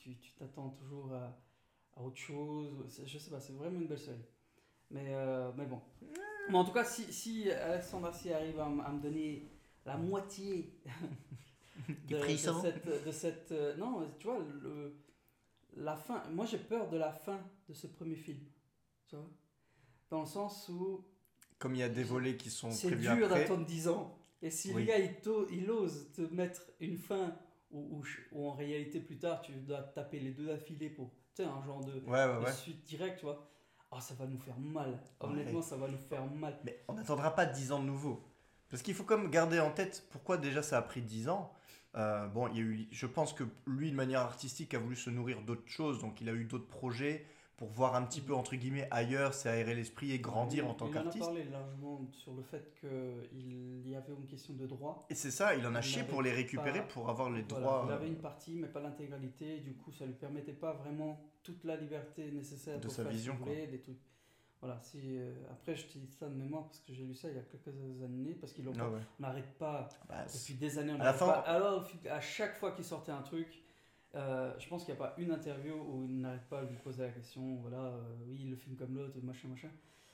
tu, tu t'attends toujours à, à autre chose. C'est- Je sais pas, c'est vraiment une belle série. Mais, euh, mais bon. Mais en tout cas, si, si Alexandre Astier arrive à, m- à me donner la moitié de, de cette. De cette euh, non, tu vois, le, la fin. Moi, j'ai peur de la fin de ce premier film. Tu vois, dans le sens où Comme il y a des volets qui sont c'est prévus dur après. d'attendre dix ans. Et si Oui. le gars, il, t'o- il ose te mettre une fin où, où, je- où en réalité, plus tard, tu dois taper les deux d'affilée pour, tu sais, un genre de, Ouais, ouais, de ouais. suite directe, tu vois. Oh, ça va nous faire mal. Ouais. Honnêtement, ça va nous faire mal. Mais on n'attendra pas dix ans de nouveau. Parce qu'il faut comme garder en tête pourquoi déjà ça a pris dix ans. Euh, bon, il y a eu, je pense que lui, de manière artistique, a voulu se nourrir d'autres choses. Donc il a eu d'autres projets pour voir un petit peu, entre guillemets, ailleurs, s'aérer l'esprit et grandir Il- en tant il qu'artiste. en a parlé largement sur le fait qu'il y avait une question de droit. Et c'est ça, il en a Il chié n'avait pour les récupérer, pas- pour avoir les Voilà, droits il avait euh, une partie, mais pas l'intégralité. Du coup, ça lui permettait pas vraiment toute la liberté nécessaire de pour sa faire vision, ce qu'il quoi. voulait, des trucs. Voilà, si, euh, après, je te dis ça de mémoire parce que j'ai lu ça il y a quelques années, parce qu'ils l'ont Ah pas- ouais. on n'arrête pas, Bah, c'est- depuis des années, on à la n'arrête fin- pas. Alors, à chaque fois qu'il sortait un truc, euh, je pense qu'il n'y a pas une interview où il n'arrête pas de lui poser la question, voilà, euh, oui, le film comme l'autre, machin, machin.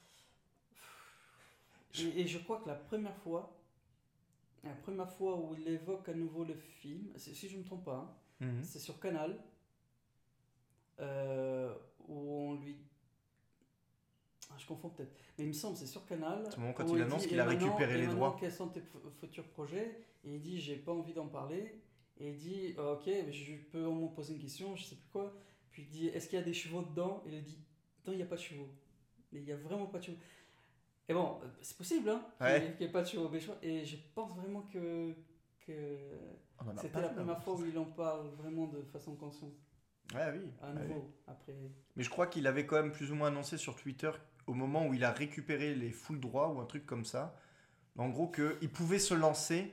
Et, et je crois que la première fois, la première fois où il évoque à nouveau le film, c'est- si je ne me trompe pas, hein, Mhm. c'est sur Canal, euh, où on lui... Ah, je confonds peut-être, mais il me semble que c'est sur Canal. C'est le moment quand où il annonce dit, qu'il et a maintenant- récupéré et les maintenant, droits. quels sont tes f- futurs projets? Et il dit, j'ai pas envie d'en parler. Et il dit, ah, ok, mais je peux au moins poser une question, je sais plus quoi. Puis il dit, est-ce qu'il y a des chevaux dedans? Et il dit, non, il n'y a pas de chevaux. Mais il n'y a vraiment pas de chevaux. Et bon, c'est possible, hein, qu'il Ouais. n'y ait- qu'il n'y ait pas de chevaux méchants. Et je pense vraiment que, que On en a c'était pas la vu, première hein. fois où il en parle vraiment de façon consciente. Ouais, oui. À ouais, nouveau, oui. après. Mais je crois qu'il avait quand même plus ou moins annoncé sur Twitter au moment où il a récupéré les full droits ou un truc comme ça. En gros, qu'il pouvait se lancer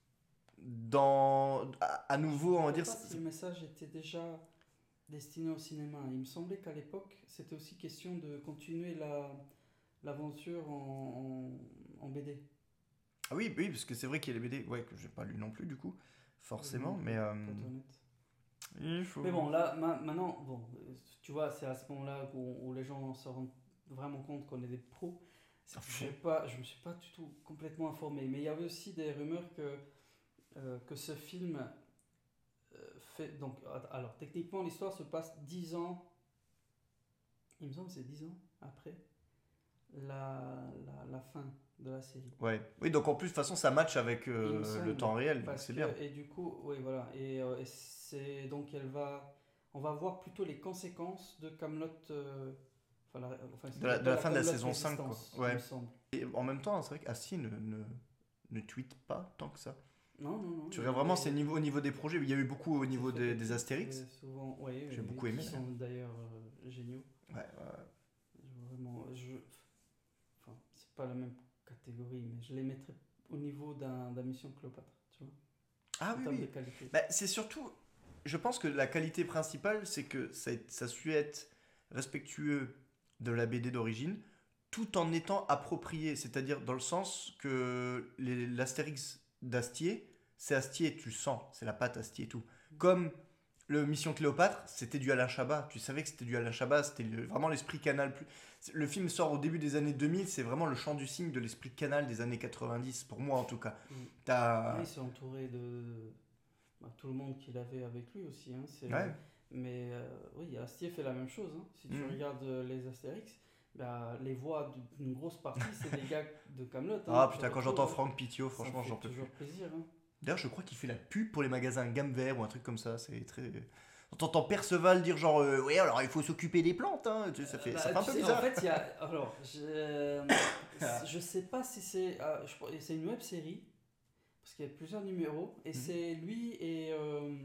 dans. À, à nouveau, on va Je ne dire. sais pas si le message était déjà destiné au cinéma. Il me semblait qu'à l'époque, c'était aussi question de continuer la, l'aventure en, en, en B D. Ah oui, oui, parce que c'est vrai qu'il y a les B D, ouais, que j'ai pas lu non plus du coup, forcément, Non plus, mais. euh, pour être honnête. il faut. Mais bon, là, ma- maintenant, bon, euh, tu vois, c'est à ce moment-là où, où les gens se rendent vraiment compte qu'on est des pros. C'est que j'ai pas, je me suis pas du tout complètement informé. Mais il y avait aussi des rumeurs que, euh, que ce film euh, fait. Donc, alors, techniquement, l'histoire se passe dix ans. Il me semble que c'est dix ans après la, la, la fin de la série. Ouais. Oui, donc en plus, de toute façon, ça match avec euh, Il me semble, le temps réel, donc parce c'est que- bien. Et du coup, oui, voilà. Et, euh, et c'est donc elle va, on va voir plutôt les conséquences de Camelot. Euh, enfin, la, enfin, c'est De la- de la fin de la Kaamelott saison cinq, quoi. Résistance, Ouais. il me semble. Et en même temps, c'est vrai qu'Astier ne, ne, ne tweete pas tant que ça. Non, non, non. Tu il- regardes vraiment, il- c'est niveau, au niveau des projets, il y a eu beaucoup au niveau c'est des, fait des des Astérix. tweets, euh, Souvent, ouais, J'ai oui, beaucoup oui, aimé, Qui là. sont d'ailleurs euh, géniaux. Ouais, ouais. Je- Vraiment, je, enfin, c'est pas la même catégorie, mais je les mettrais au niveau d'un, d'un Mission Cléopâtre, tu vois, Ah en oui, termes oui. de qualité. Bah, c'est surtout, je pense que la qualité principale, c'est que ça, ça a su être respectueux de la B D d'origine, tout en étant approprié. C'est-à-dire dans le sens que les- l'Astérix d'Astier, c'est Astier, tu le sens, c'est la patte Astier et tout. Comme le Mission Cléopâtre, c'était du Alain Chabat. Tu savais que c'était du Alain Chabat, c'était le- vraiment l'esprit Canal+. Le film sort au début des années deux mille, c'est vraiment le chant du cygne de l'esprit Canal des années quatre-vingt-dix, pour moi en tout cas. Mm. T'as... Oui, il s'est entouré de bah, tout le monde qu'il avait avec lui aussi. Hein, c'est... Ouais. Mais euh, oui, Astier fait la même chose. Hein. Si tu Mhm. regardes euh, les Astérix, bah, les voix d'une grosse partie, c'est des gars de Camelot. Ah putain, quand j'entends Franck Pitio, franchement, j'en peux plus. toujours plaisir. Hein. D'ailleurs, je crois qu'il fait la pub pour les magasins Gamme Vert ou un truc comme ça. C'est très. On t'entend Perceval dire genre, euh, ouais, alors il faut s'occuper des plantes. Hein. Tu sais, ça fait, Bah, ça fait un tu peu sais, bizarre. En fait, il y a. Alors, je, je sais pas si c'est. ah, je crois- c'est une web série. Parce qu'il y a plusieurs numéros. Et Mhm. c'est lui et. Euh,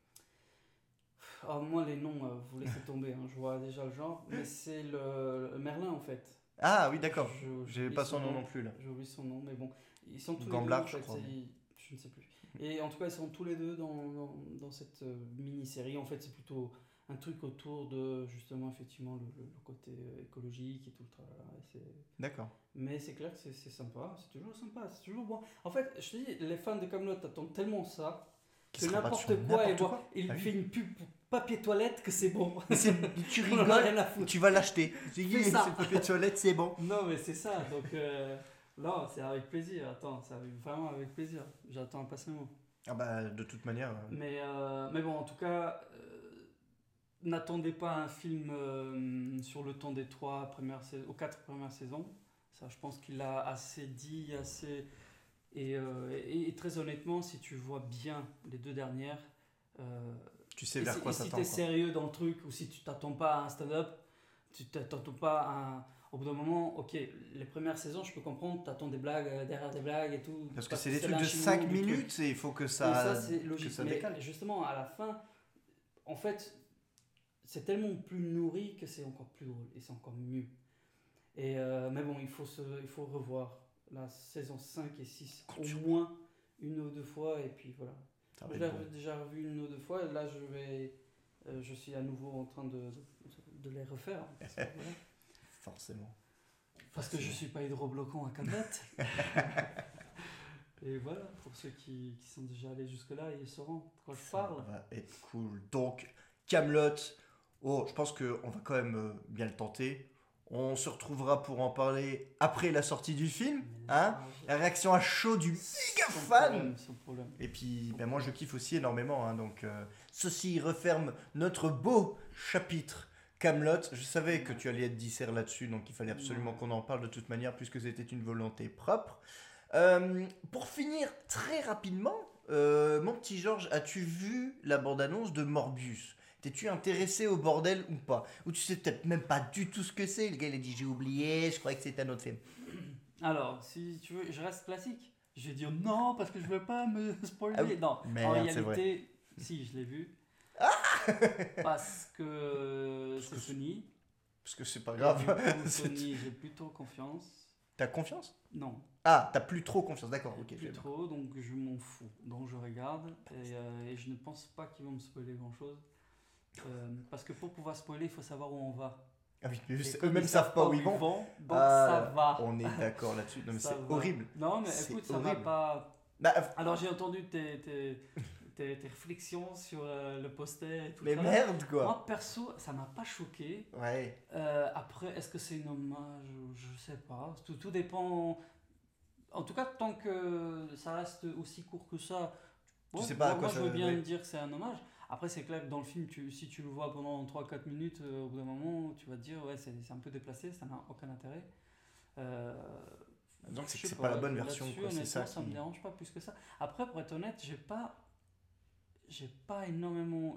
ah, moi, les noms, euh, vous laissez tomber. Hein, je vois déjà le genre. Mais c'est le, le Merlin en fait. Ah oui, d'accord. Je- J'ai j'oublie pas son nom non plus là. J'ai oublié son nom, mais bon. Ils sont tous Gamblard, les deux. je En fait, crois, c'est- mais- je ne sais plus. Et en tout cas, ils sont tous les deux dans, dans, dans cette euh, mini-série. En fait, c'est plutôt un truc autour de justement, effectivement, le, le- le côté euh, écologique et tout le tralala. Et c'est- D'accord. Mais c'est clair que c'est c'est sympa, c'est toujours sympa, c'est toujours bon. En fait, je te dis, les fans de Camelot attendent tellement ça qui que se rabattent n'importe sur quoi, et n'importe bon, quoi. il Ah oui. fait une pub pour papier toilette, que c'est bon. Mais c'est- tu On en a rien rigoles, à foutre. tu vas l'acheter. C'est C'est ça. le papier de toilette, c'est bon. Non, mais c'est ça. Donc, euh, non, c'est avec plaisir. Attends, c'est avec- vraiment avec plaisir. J'attends impatiemment. Ah bah, de toute manière. euh, Mais, euh, mais bon, en tout cas, euh, n'attendez pas un film euh, sur le temps des trois premières saisons, aux quatre premières saisons. Ça, je pense qu'il a assez dit, assez. Et, euh, et, et très honnêtement, si tu vois bien les deux dernières. Euh, Tu sais et vers si, quoi et si s'attendre. t'es quoi. sérieux dans le truc, ou si tu t'attends pas à un stand-up, tu t'attends pas à un. Au bout d'un moment, ok, les premières saisons, je peux comprendre, t'attends des blagues euh, derrière des blagues et tout. Parce que c'est des trucs de l'enchaînement cinq du truc. minutes et il faut que Et ça, ça, c'est que logique. ça Mais décale. justement, à la fin, en fait, c'est tellement plus nourri que c'est encore plus drôle et c'est encore mieux. Et euh, mais bon, il faut, se, il faut revoir la saison cinq et six au moins une ou deux fois et puis voilà. Ça va Je être l'avais bon. déjà revu une ou deux fois et là, je vais, euh, je suis à nouveau en train de, de, de les refaire. Parce que, voilà. Forcément. Parce que je suis pas hydrobloquant à Camelette. Et voilà, pour ceux qui, qui sont déjà allés jusque-là, ils sauront de quoi je Ça parle. va être cool. Donc, Kaamelott, oh, je pense qu'on va quand même euh, bien le tenter. On se retrouvera pour en parler après la sortie du film. Hein, la réaction à chaud du méga Sans fan. problème, sans problème. Et puis, ben moi, je kiffe aussi énormément. Hein, donc, euh, ceci referme notre beau chapitre Kaamelott. Je savais que tu allais être dissert là-dessus, donc il fallait absolument Ouais. qu'on en parle de toute manière, puisque c'était une volonté propre. Euh, pour finir très rapidement, euh, mon petit Georges, as-tu vu la bande-annonce de Morbius? T'es-tu intéressé au bordel ou pas? Ou tu sais peut-être même pas du tout ce que c'est? Le gars il a dit j'ai oublié, je croyais que c'était un autre film. Alors, si tu veux, je reste classique. Je vais dire non parce que je veux pas me spoiler. Ah oui. Non, Merde, en c'est réalité, si, je l'ai vu. Parce que c'est Sony. Parce que c'est pas Et grave. du coup, Sony, j'ai plutôt confiance. T'as confiance? Non, Ah, t'as plus trop confiance, d'accord, ok. plus je vais- trop, donc je m'en fous. Donc je regarde et, euh, et je ne pense pas qu'ils vont me spoiler grand chose. Euh, parce que pour pouvoir spoiler, il faut savoir où on va. Ah oui, mais Et c'est- comme eux-mêmes ils savent pas où ils vont. donc Ah, ça va. On est d'accord là-dessus. Non mais Ça c'est va. horrible. Non, mais C'est écoute, ça va horrible. pas. Bah, Alors j'ai entendu tes, tes, tes, tes réflexions sur euh, le poster et tout mais ça. merde quoi. Moi perso, ça m'a pas choqué. Ouais. Euh, après, est-ce que c'est une hommage? Je sais pas. Tout, tout dépend. En tout cas, tant que ça reste aussi court que ça, Tu bon, sais pas à moi, quoi moi, ça- je veux bien ouais. dire que c'est un hommage. Après, c'est clair que dans le film, tu, si tu le vois pendant trois quatre minutes, euh, au bout d'un moment, tu vas te dire, ouais, c'est c'est un peu déplacé, ça n'a aucun intérêt. Euh, Donc c'est je que sais c'est pas la bonne là-dessus, version, quoi, c'est honnêtement, ça ça qui- me dérange pas plus que ça. Après, pour être honnête, j'ai pas, j'ai pas énormément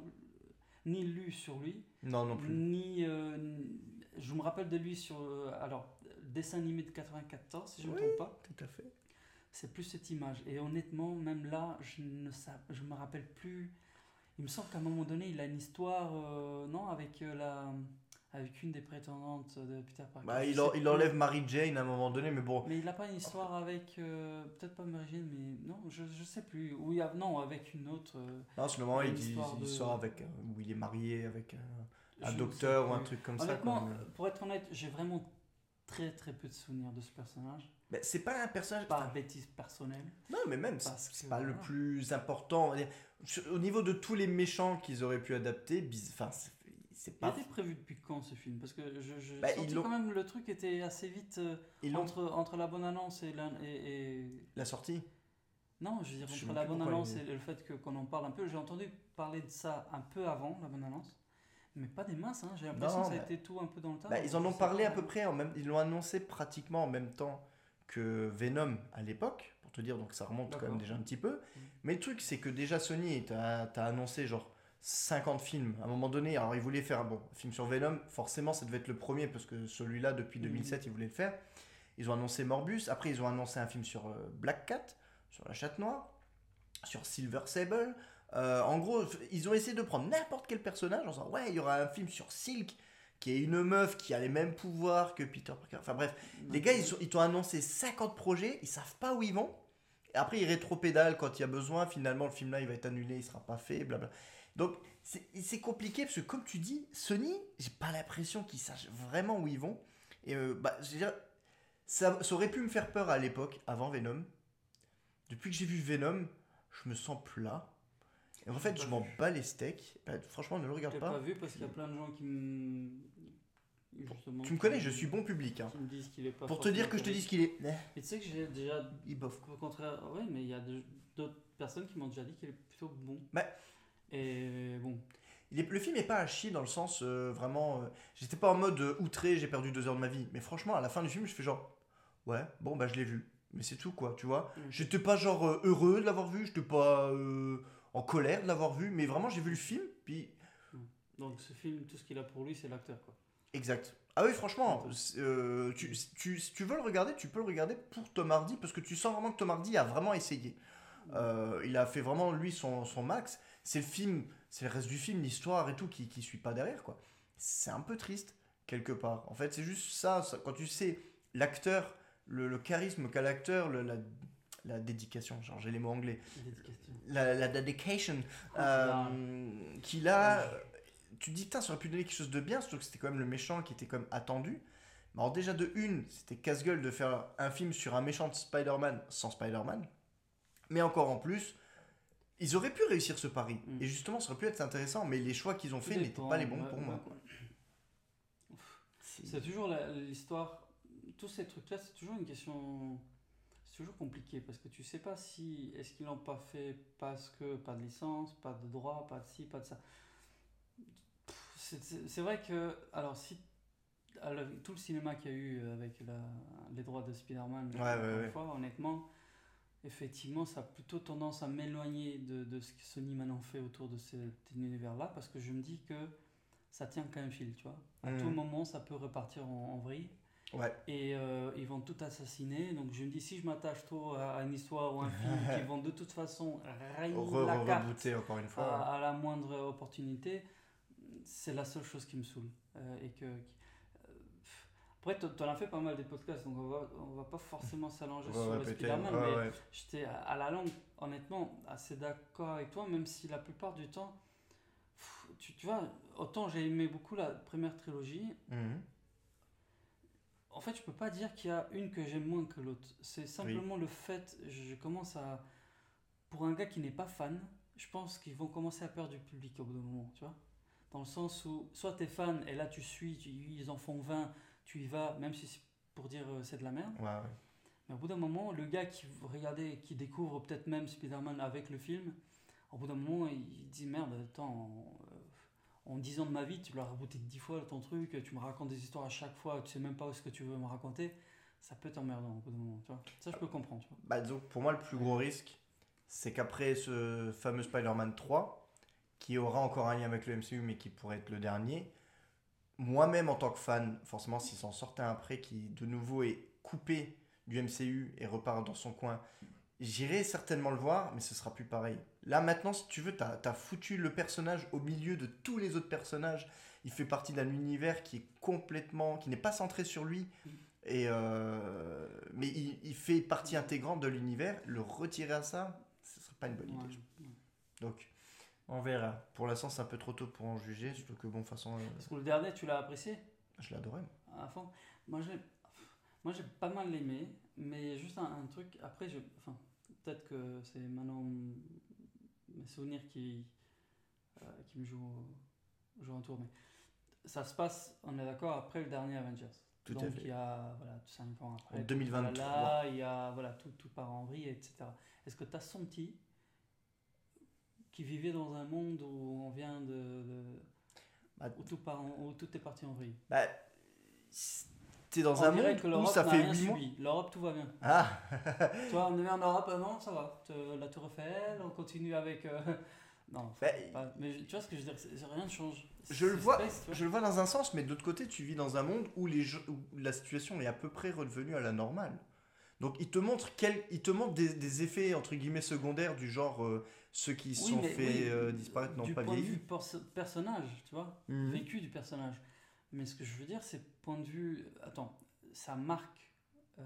ni lu sur lui, Non, non plus. ni. euh, ni- je me rappelle de lui sur. euh, alors, dessin animé de quatre-vingt-quatorze, si je ne me Oui. trompe pas. Tout à fait. C'est plus cette image. Et honnêtement, même là, je ne sais, je me rappelle plus. Il me semble qu'à un moment donné, il a une histoire, euh, non, avec euh, la, avec une des prétendantes de Peter Parker. Bah, Je il, sais en- il plus. enlève Mary Jane à un moment donné, mais bon. Mais il n'a pas une histoire avec, euh, peut-être pas Mary Jane, mais non, je, je sais plus. Ou il y a, non, avec une autre. euh, Non, c'est le moment où Une il, il, histoire il de- sort avec. euh, où il est marié avec euh, un je ne docteur sais ou un plus. truc comme ça. Honnêtement, quoi. euh, pour être honnête, j'ai vraiment très très peu de souvenirs de ce personnage. Mais c'est pas un personnage. Par enfin, bêtise personnelle. non, mais même, c'est Parce c'est que pas le voilà. plus important. Sur- Au niveau de tous les méchants qu'ils auraient pu adapter, bis- enfin, c'est- c'est Il pas. était prévu depuis quand ce film? Parce que je, je Bah, sentis ils l'ont- quand même le truc était assez vite euh, Ils l'ont. entre, entre la bonne annonce et, la, et, et- La sortie. Non, je veux dire, Je sais entre même la plus bonne pourquoi annonce il- et le fait que, qu'on en parle un peu. J'ai entendu parler de ça un peu avant la bonne annonce. Mais pas des masses, hein. J'ai l'impression Non, que ça a bah- été tout un peu dans le tas. Bah, ils en Je ont sais parlé pas. à peu près en même. Ils l'ont annoncé pratiquement en même temps que Venom à l'époque, pour te dire, donc ça remonte quand même D'accord. déjà un petit peu. Mm. Mais le truc, c'est que déjà Sony, t'as as annoncé genre cinquante films à un moment donné. Alors ils voulaient faire un bon film sur Venom, forcément ça devait être le premier parce que celui-là depuis Mm. deux mille sept ils voulaient le faire. Ils ont annoncé Morbius, après ils ont annoncé un film sur euh, Black Cat, sur la chatte noire, sur Silver Sable. Euh, en gros, ils ont essayé de prendre n'importe quel personnage en disant ouais, il y aura un film sur Silk qui est une meuf qui a les mêmes pouvoirs que Peter Parker. Enfin bref, les gars, ils, sont- ils t'ont annoncé cinquante projets, ils savent pas où ils vont. Et après, ils rétropédalent quand il y a besoin. Finalement, le film là, il va être annulé, il sera pas fait, blabla. Donc, c'est c'est compliqué parce que, comme tu dis, Sony, j'ai pas l'impression qu'ils sachent vraiment où ils vont. Et euh, bah, je veux dire, ça, ça aurait pu me faire peur à l'époque, avant Venom. Depuis que j'ai vu Venom, je me sens plat. Et en fait, je m'en bats les steaks. Bah, franchement, ne le Je regarde l'ai pas. pas vu parce qu'il y a plein de gens qui me. Justement, Tu me connais, qui- je suis bon public. Hein. qui me disent qu'il est pas Pour te dire que je te forcément dise qu'il est. Eh, Et tu sais que j'ai déjà. il bof. Au contraire, ouais, mais il y a de- d'autres personnes qui m'ont déjà dit qu'il est plutôt bon. Bah. Et bon. Il est- le film est pas à chier dans le sens euh, vraiment. euh, J'étais pas en mode euh, outré, j'ai perdu deux heures de ma vie. Mais franchement, à la fin du film, je fais genre. Ouais, bon, bah je l'ai vu. Mais c'est tout, quoi, tu vois. Mm. J'étais pas genre euh, heureux de l'avoir vu, j'étais pas euh, en colère de l'avoir vu, mais vraiment, j'ai vu le film, puis. Donc ce film, tout ce qu'il a pour lui, c'est l'acteur, quoi. Exact. Ah oui, franchement, Attends. c'est, euh, tu, tu, si tu veux le regarder, tu peux le regarder pour Tom Hardy, parce que tu sens vraiment que Tom Hardy a vraiment essayé. Euh, il a fait vraiment, lui, son, son max. C'est le film, c'est le reste du film, l'histoire et tout, qui, qui suit pas derrière, quoi. C'est un peu triste, quelque part. En fait, c'est juste ça, ça- quand tu sais l'acteur, le, le charisme qu'a l'acteur, le- la, la dédication, genre j'ai les mots anglais, Dédication. la, la dedication Ah, euh, qu'il a, tu te dis, putain, ça aurait pu donner quelque chose de bien, surtout que c'était quand même le méchant qui était quand même attendu. Mais alors déjà de une, c'était casse-gueule de faire un film sur un méchant de Spider-Man sans Spider-Man. Mais encore en plus, ils auraient pu réussir ce pari. Mm. Et justement, ça aurait pu être intéressant, mais les choix qu'ils ont Tout faits n'étaient dépend, pas les bons ouais, pour ouais. moi. Quoi. C'est toujours la- l'histoire, tous ces trucs-là, c'est toujours une question, c'est toujours compliqué parce que tu sais pas si, est-ce qu'ils l'ont pas fait parce que pas de licence, pas de droit, pas de ci, pas de ça. Pff, C'est c'est- c'est vrai que, alors si, avec tout le cinéma qu'il y a eu avec la, les droits de Spider-Man, Ouais, ouais, encore une ouais. fois, honnêtement, effectivement, ça a plutôt tendance à m'éloigner de, de ce que Sony maintenant fait autour de cet univers-là parce que je me dis que ça tient qu'à un fil, tu vois. À Mhm. tout moment, ça peut repartir en, en vrille. Ouais. Et euh, ils vont tout assassiner. Donc je me dis, si je m'attache trop à, à une histoire ou un film qui vont de toute façon rayer Re- la re- carte rebooter encore une fois. à, à la moindre opportunité, c'est la seule chose qui me saoule. Euh, et que, qui- euh, pff. Après, tu en as fait pas mal des podcasts, donc on va, on va pas forcément s'allonger Ouais, sur ouais, le peut-être. Spider-Man, Ouais, mais ouais. j'étais à, à la longue, honnêtement, assez d'accord avec toi, même si la plupart du temps, pff, tu, tu vois, autant j'ai aimé beaucoup la première trilogie, Mhm. en fait, je peux pas dire qu'il y a une que j'aime moins que l'autre. C'est simplement le fait, je commence à. Pour un gars qui n'est pas fan, je pense qu'ils vont commencer à perdre du public au bout d'un moment, tu vois. Dans le sens où, soit t'es fan et là tu suis, tu- ils en font vingt, tu y vas, même si c'est pour dire euh, c'est de la merde. Ouais, ouais. Mais au bout d'un moment, le gars qui regardait, qui découvre peut-être même Spider-Man avec le film, au bout d'un moment, il dit merde, attends, en, en dix ans de ma vie, tu l'as rebooté dix fois ton truc, tu me racontes des histoires à chaque fois, tu sais même pas ce que tu veux me raconter, ça peut être emmerdant au bout d'un moment, tu vois. Ça, je peux comprendre, tu vois. Bah, donc, pour moi, le plus gros risque, c'est qu'après ce fameux Spider-Man trois, qui aura encore un lien avec le M C U, mais qui pourrait être le dernier, moi-même en tant que fan, forcément, s'ils s'en sortent un après qui de nouveau est coupé du M C U et repart dans son coin, j'irai certainement le voir, mais ce sera plus pareil. Là, maintenant, si tu veux, t'as, t'as foutu le personnage au milieu de tous les autres personnages. Il fait partie d'un univers qui est complètement, qui n'est pas centré sur lui. Et euh, mais il, il fait partie intégrante de l'univers. Le retirer à ça, ce serait pas une bonne idée. Ouais, je ouais. Donc, on verra. Pour l'instant, c'est un peu trop tôt pour en juger. Surtout que, bon, de toute façon, euh, Parce que le dernier, tu l'as apprécié je l'adorais. à fond. Moi, j'ai, moi, j'ai pas mal aimé, mais juste un, un truc. Après, je, enfin, peut-être que c'est maintenant mes souvenirs qui, euh, qui me jouent, jouent un tour, mais ça se passe, on est d'accord, après le dernier Avengers. Tout Donc à fait. il y a voilà, cinq ans après. En deux mille vingt-trois. Là, il y a voilà, tout, tout part en vrille, et cetera. Est-ce que tu as senti qu'il vivait dans un monde où on vient de. de Bah, où, tout part en- où tout est parti en vrille? Bah, t'es dans On un dirait monde que où l'Europe ça n'a fait rien huit mois. subi. L'Europe, tout va bien. Ah, Toi, on est en Europe, ah non, ça va. Te- La Tour Eiffel, on continue avec. euh, Non, bah, pas- mais tu vois ce que je veux dire, c'est- c'est- rien ne change. je le C'est vois, space, tu vois. je le vois dans un sens, mais de l'autre côté, tu vis dans un monde où, les gens- où la situation est à peu près redevenue à la normale. Donc, il te montre, quel, il te montre des, des effets entre guillemets secondaires du genre euh, ceux qui se Oui, sont mais fait oui, euh, disparaître n'ont du pas point de vieilli. vue perso- personnage, tu vois, Mhm. vécu du personnage. Mais ce que je veux dire, c'est point de vue. Attends, ça marque euh,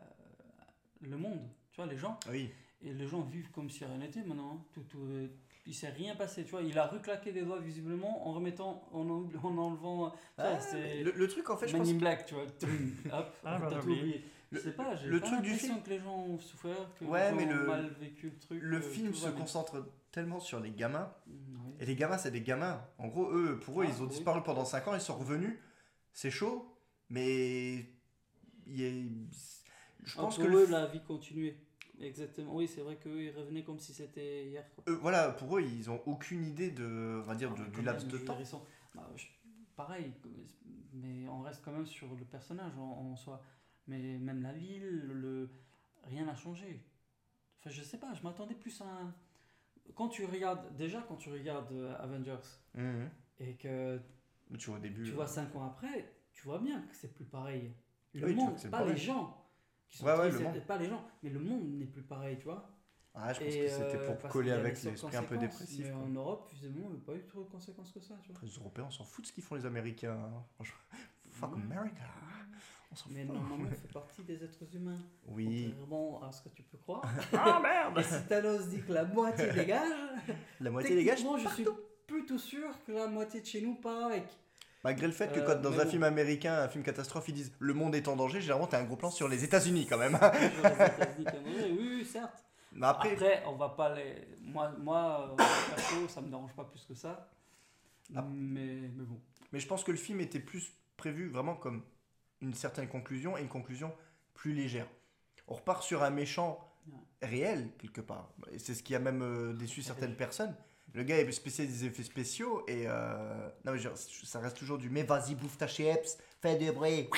le monde, tu vois, les gens. Oui. Et les gens vivent comme si rien n'était maintenant. Hein. Tout, tout, euh, il s'est rien passé, tu vois. Il a reclaqué des doigts visiblement en remettant, en, en en enlevant. Tu vois, Ah, c'est le, le truc, en fait, je Man pense. in Black, tu vois. Hop, Ah, t'as j'en ai tout oublié. oublié. Je sais pas, j'ai le pas truc du l'impression film- que les gens ont souffert, que Ouais, les mais gens ont le- mal vécu le truc. Le euh, film tout se va bien. concentre tellement sur les gamins. Mm, oui. Et les gamins, c'est des gamins. En gros, eux, pour eux, Ah, ils ont oui. disparu pendant cinq ans, ils sont revenus. C'est chaud, mais il y a- je Ah, pense pour que eux, le... la vie continuait. Exactement. Oui, c'est vrai qu'eux, ils revenaient comme si c'était hier. Quoi. eux, voilà, pour eux, ils ont aucune idée de, on va dire, Ah, de- mais du quand laps même, de je veux temps. dire, ils sont- bah, je- pareil, mais on reste quand même sur le personnage en, en soi. Mais même la ville, le, rien n'a changé. Enfin, je sais pas, je m'attendais plus à un... Quand tu regardes, déjà quand tu regardes euh, Avengers Mhm. et que Tu vois au début. tu euh, vois cinq ans après, tu vois bien que c'est plus pareil. Le Oui, tu vois monde, que c'est pas pareil. les gens. Qui sont Ouais, ouais, tristes, le monde. pas les gens, mais le monde n'est plus pareil, tu vois. Ah, je pense Et, que c'était euh, pour parce coller qu'il y a avec des l'esprit un peu conséquences, dépressif. Mais quoi. en Europe, visiblement, il n'y a pas eu trop de conséquences que ça, tu vois. Les Européens, on s'en fout de ce qu'ils font les Américains. hein. Franchement, fuck Ouais. America. On s'en Mais fout. normalement, on fait partie des êtres humains. Oui. Contrairement à ce que tu peux croire. Ah merde. Et si Thanos dit que la moitié dégage, La moitié des gars, techniquement, je suis plutôt sûr que la moitié de chez nous part avec. malgré le fait que Euh, quand dans mais un bon. film américain, un film catastrophe, ils disent le monde est en danger, généralement t'as un gros plan sur les États-Unis quand même. Sur les États-Unis, Canada, oui, oui, certes. Mais après, Après, on va pas les. Moi, moi euh, perso, ça me dérange pas plus que ça. Ah. Mais, mais bon. mais je pense que le film était plus prévu vraiment comme une certaine conclusion et une conclusion plus légère. On repart sur un méchant réel quelque part. Et c'est ce qui a même euh, déçu certaines personnes. Le gars est spécialisé des effets spéciaux et euh, non mais genre, ça reste toujours du mais vas-y bouffe ta chips, fais des bruits.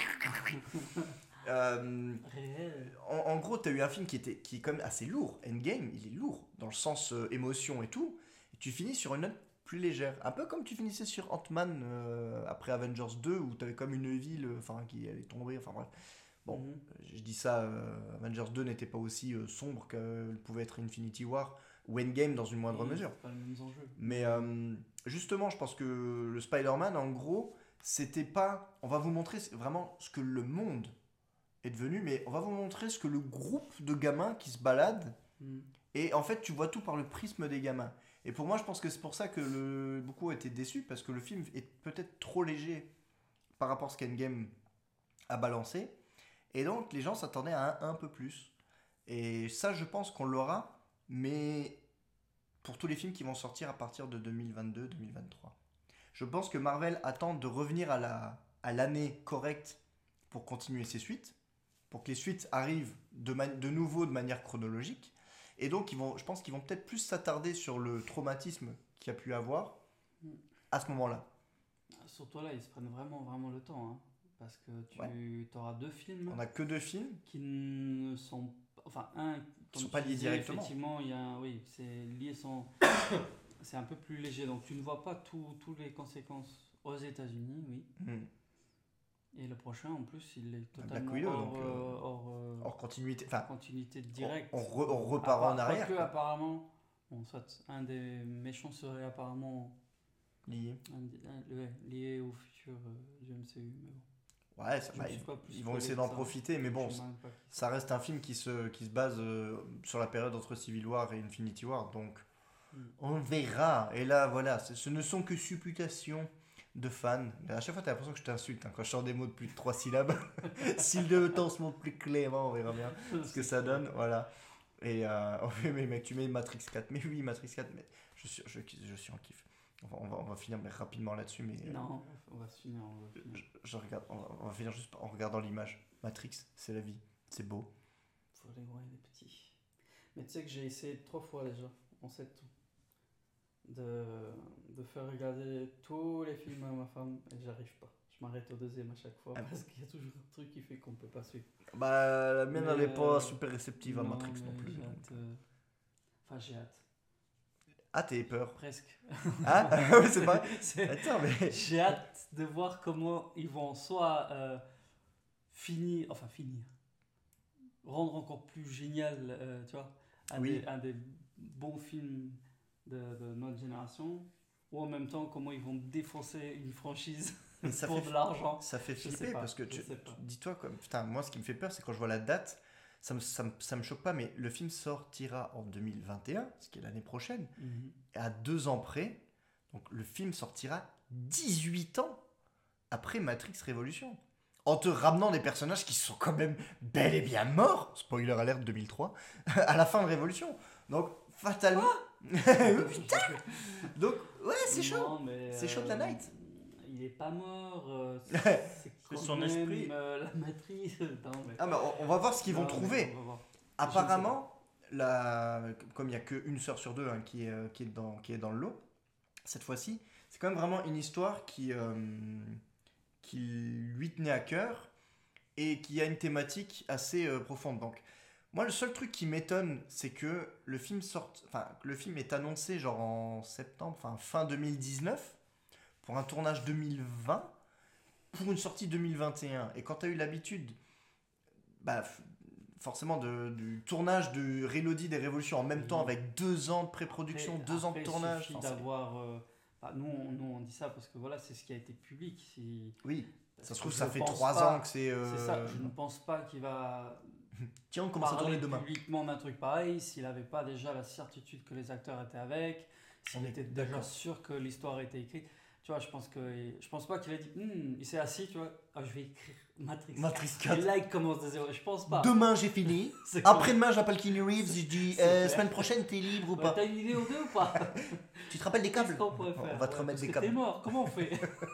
Euh, Réel. en, en gros, tu as eu un film qui, était, qui est quand même assez lourd. Endgame, il est lourd dans le sens euh, émotion et tout. Et tu finis sur une note plus légère. Un peu comme tu finissais sur Ant-Man euh, après Avengers deux où tu avais comme une ville euh, enfin, qui allait tomber. Enfin bref. Bon, Mhm. je dis ça, euh, Avengers deux n'était pas aussi euh, sombre que pouvait être Infinity War ou Endgame dans une moindre Oui, mesure. c'est pas les mêmes enjeux. Mais euh, justement, je pense que le Spider-Man, en gros, c'était pas. On va vous montrer vraiment ce que le monde est devenu, mais on va vous montrer ce que le groupe de gamins qui se baladent. Mm. Et en fait, tu vois tout par le prisme des gamins. Et pour moi, je pense que c'est pour ça que le... beaucoup ont été déçus, parce que le film est peut-être trop léger par rapport à ce qu'Endgame a balancé. Et donc, les gens s'attendaient à un, un peu plus. Et ça, je pense qu'on l'aura, mais pour tous les films qui vont sortir à partir de deux mille vingt-deux deux mille vingt-trois. Je pense que Marvel attend de revenir à, la, à l'année correcte pour continuer ses suites, pour que les suites arrivent de, man- de nouveau de manière chronologique. Et donc, ils vont, je pense qu'ils vont peut-être plus s'attarder sur le traumatisme qu'il y a pu avoir à ce moment-là. Surtout là, ils se prennent vraiment, vraiment le temps. Hein, parce que tu auras deux films On n'a que deux films. qui ne sont pas. Enfin, un. Qui comme sont pas tu liés disais, directement. Effectivement, il y a un- oui, c'est lié sans. C'est un peu plus léger. Donc, tu ne vois pas toutes les conséquences aux États-Unis, oui. Hmm. Et le prochain, en plus, il est Black totalement Widow, hors, donc, euh, euh, hors, euh, Hors continuité. Enfin, continuité on, directe. on re- on repart en arrière. Que quoi. apparemment, bon, soit un des méchants serait apparemment Lié. un des- un- ouais, lié au futur euh, du M C U. Mais bon, Ouais, ça, je bah, me suis ils, pas plus ils vont collé essayer que d'en ça. profiter, mais bon, Je sais même pas qui c'est. ça reste un film qui se, qui se base euh, sur la période entre Civil War et Infinity War, donc Mm. on verra. Et là, voilà, ce ce ne sont que supputations de fans. À chaque fois, t'as l'impression que je t'insulte hein, quand je sors des mots de plus de trois syllabes. Si le temps se montre plus clairement, on verra bien ce que ça donne. Voilà. Et euh, oh, mais mec, tu mets Matrix quatre. Mais oui, Matrix quatre, mais je suis, je, je suis en kiff. On va, on va, on va finir mais rapidement là-dessus, mais euh, Non, on va se finir. On va je, finir. je regarde, on va, on va finir juste en regardant l'image. Matrix, c'est la vie, c'est beau. Faut les gros et les petits. Mais tu sais que j'ai essayé trois fois déjà, on sait tout, de, de faire regarder tous les films à ma femme et j'arrive pas. Je m'arrête au deuxième à chaque fois Ah. parce qu'il y a toujours un truc qui fait qu'on peut pas suivre. Bah, la mienne, Mais, elle est pas euh, super réceptive à Non, Matrix non mais plus. j'ai donc. hâte, euh, Enfin, j'ai hâte. Ah, t'es peur. Presque. Ah, oui, c'est pas. C'est- Attends, mais. J'ai hâte de voir comment ils vont soit euh, finir, enfin finir, rendre encore plus génial, euh, tu vois, un, Oui. des, un des bons films de, de notre génération, ou en même temps comment ils vont défoncer une franchise Mais ça pour fait- de l'argent. Ça fait Je sais flipper pas, parce que je tu, sais pas. dis-toi quoi. Putain, moi ce qui me fait peur c'est quand je vois la date, ça me, ça me, ça me choque pas, mais le film sortira en deux mille vingt et un, ce qui est l'année prochaine, Mhm. et à deux ans près. Donc le film sortira dix-huit ans après Matrix Révolution. en te ramenant des personnages qui sont quand même bel et bien morts, spoiler alert deux mille trois, à la fin de Révolution. Donc, fatalement... Putain. Donc, ouais, c'est chaud. Non, mais, C'est chaud de la Night. Il est pas mort. euh, C'est c'est C'est quand son même, esprit. euh, la matrice. Non, mais... Ah, mais on, on va voir ce qu'ils vont Non, mais trouver. on va voir. Apparemment, la... comme il n'y a qu'une sœur sur deux hein, qui, est, euh, qui, est dans, qui est dans le lot, cette fois-ci, c'est quand même vraiment une histoire qui, euh, qui lui tenait à cœur et qui a une thématique assez euh, profonde. Donc, moi, le seul truc qui m'étonne, c'est que le film sorte, enfin, que le film est annoncé genre en septembre, enfin fin deux mille dix-neuf, pour un tournage deux mille vingt, pour une sortie deux mille vingt et un. Et quand tu as eu l'habitude, bah, f- forcément, de, du tournage de Reloaded des Révolutions en même temps, Oui. avec deux ans de pré-production, Après- deux ans après, de tournage. Il suffit enfin, c'est- d'avoir. euh, bah, nous, on, nous, on dit ça parce que voilà, c'est ce qui a été public. Si... Oui, ça se Parce trouve, que ça je fait pense trois pas- ans que c'est. euh, C'est ça, je ne pense pas qu'il va Tiens, on commence à parler tourner demain. publiquement d'un truc pareil s'il n'avait pas déjà la certitude que les acteurs étaient avec, s'il On est était déjà d'accord. sûr que l'histoire était écrite. Tu vois, je pense que je pense pas qu'il a dit, Hum, il s'est assis, tu vois, ah, je vais écrire Matrix. Matrix Et quatre. là, il commence de zéro. Je pense pas. Demain, j'ai fini. C'est comme- Après-demain, j'appelle Keanu Reeves. Je dis C'est euh, clair. semaine prochaine, t'es libre ou Ouais, pas? T'as une idée ou deux ou pas? Tu te rappelles des Qu'est-ce câbles? qu'on pourrait faire? On va te Ouais, remettre parce des que câbles. T'es mort, comment on fait?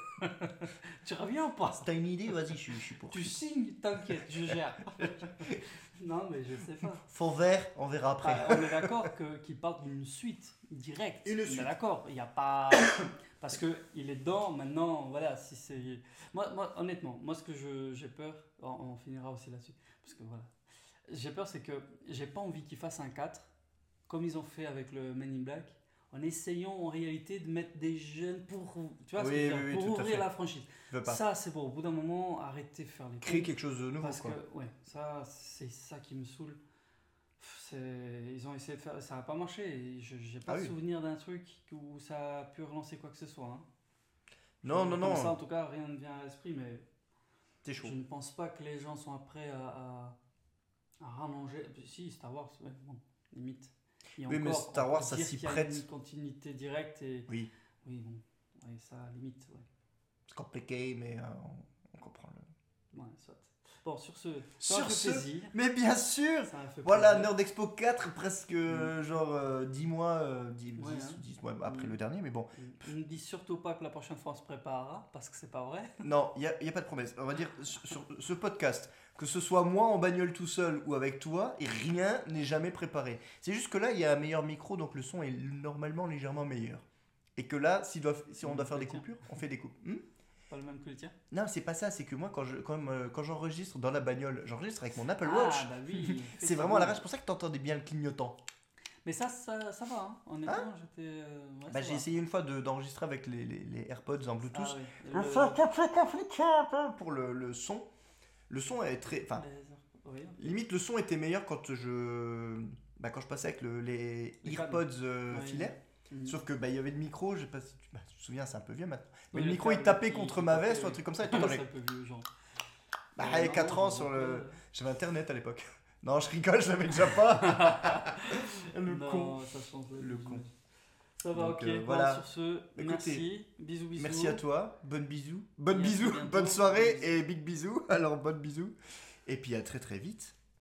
Tu reviens ou pas? Si t'as une idée, vas-y, je, suis- je suis pour. Tu signes, t'inquiète, je gère. Non, mais je sais pas. Fond vert, on verra après. Ah, on est d'accord que- qu'il parle d'une suite directe. Une On est suite. d'accord. Il n'y a pas. Parce qu'il est dedans maintenant. Voilà, si c'est. Moi, moi, honnêtement, moi, ce que je- j'ai peur, on, on finira aussi là-dessus. Parce que voilà. J'ai peur, c'est que j'ai pas envie qu'ils fassent un quatre, comme ils ont fait avec le Men in Black, en essayant en réalité de mettre des jeunes pour. Tu vois ce que Oui, je veux oui, dire, oui, pour tout à ouvrir fait. la franchise. Je veux pas. Ça, c'est bon. Au bout d'un moment, arrêtez de faire les Créer cons. quelque chose de nouveau, Parce quoi. que, ouais, ça, c'est ça qui me saoule. C'est- Ils ont essayé de faire, ça n'a pas marché. Et je j'ai pas Ah de oui. souvenir d'un truc où ça a pu relancer quoi que ce soit. hein. Non, Je- non, comme ça, en non. tout cas, rien ne vient à l'esprit, mais T'es chaud. je ne pense pas que les gens sont prêts à, à, à rallonger. Si, Star Wars, ouais, bon, limite. Et Oui, mais encore, Star on Wars, peut ça dire s'y qu'il y a prête. une continuité directe et. Oui, Oui, bon, ouais, ça, limite, ouais. c'est compliqué, mais euh, on, on comprend le. Ouais, soit. Bon, sur ce, ça Sur m'a fait ce, plaisir. Mais bien sûr! Ça m'a fait Voilà, plaisir. Nerd Expo quatre, presque euh, genre euh, dix mois, euh, dix, Ouais, dix, hein. dix mois après Mm. le dernier, mais bon. Ne dis surtout pas que la prochaine fois on se préparera, parce que c'est pas vrai. Non, il n'y a, y a pas de promesse. On va dire, sur, sur ce podcast, que ce soit moi en bagnole tout seul ou avec toi, et rien n'est jamais préparé. C'est juste que là, il y a un meilleur micro, donc le son est normalement légèrement meilleur. Et que là, si, doit, si on doit faire des Tiens. coupures, on fait des coupes. Hmm Pas le même que le tien. non, c'est pas ça, c'est que moi, quand, je, quand, euh, quand j'enregistre dans la bagnole, j'enregistre avec mon Apple Ah, Watch. bah oui. C'est vraiment à l'arrache, c'est pour ça que t'entendais bien le clignotant. Mais ça, ça, ça va, hein. Honnêtement, j'étais. euh, ouais, Bah, ça j'ai va. essayé une fois de- d'enregistrer avec les, les, les AirPods en Bluetooth. Ah, oui. Le Le- son, c'est très compliqué un peu pour le, le son. Le son est très. Enfin, les- oui. limite, le son était meilleur quand je. Bah, quand je passais avec le- les Les AirPods euh, Ouais. filaires. Mhm. Sauf que bah, il y avait le micro, je sais pas si tu, bah, tu te souviens, c'est un peu vieux maintenant. Mais Oui, le le micro il câble tapait qui- contre qui ma tapait, veste ou un oui. truc comme ça et C'est t'entendais. un peu vieux, genre. Bah, Euh, et non, quatre non, ans je sur vois le. pas. J'avais internet à l'époque. Non, je rigole, je l'avais déjà pas. le Non, con. ça change de- Le con. Ça va, Donc, ok. euh, Bon, voilà. sur ce, Écoutez, merci. Bisous, bisous. Merci à toi, bonne bisous. Bonne Et à très bisous, bientôt. bonne soirée et big bisous. Alors, bonne bisous. Et puis à très très vite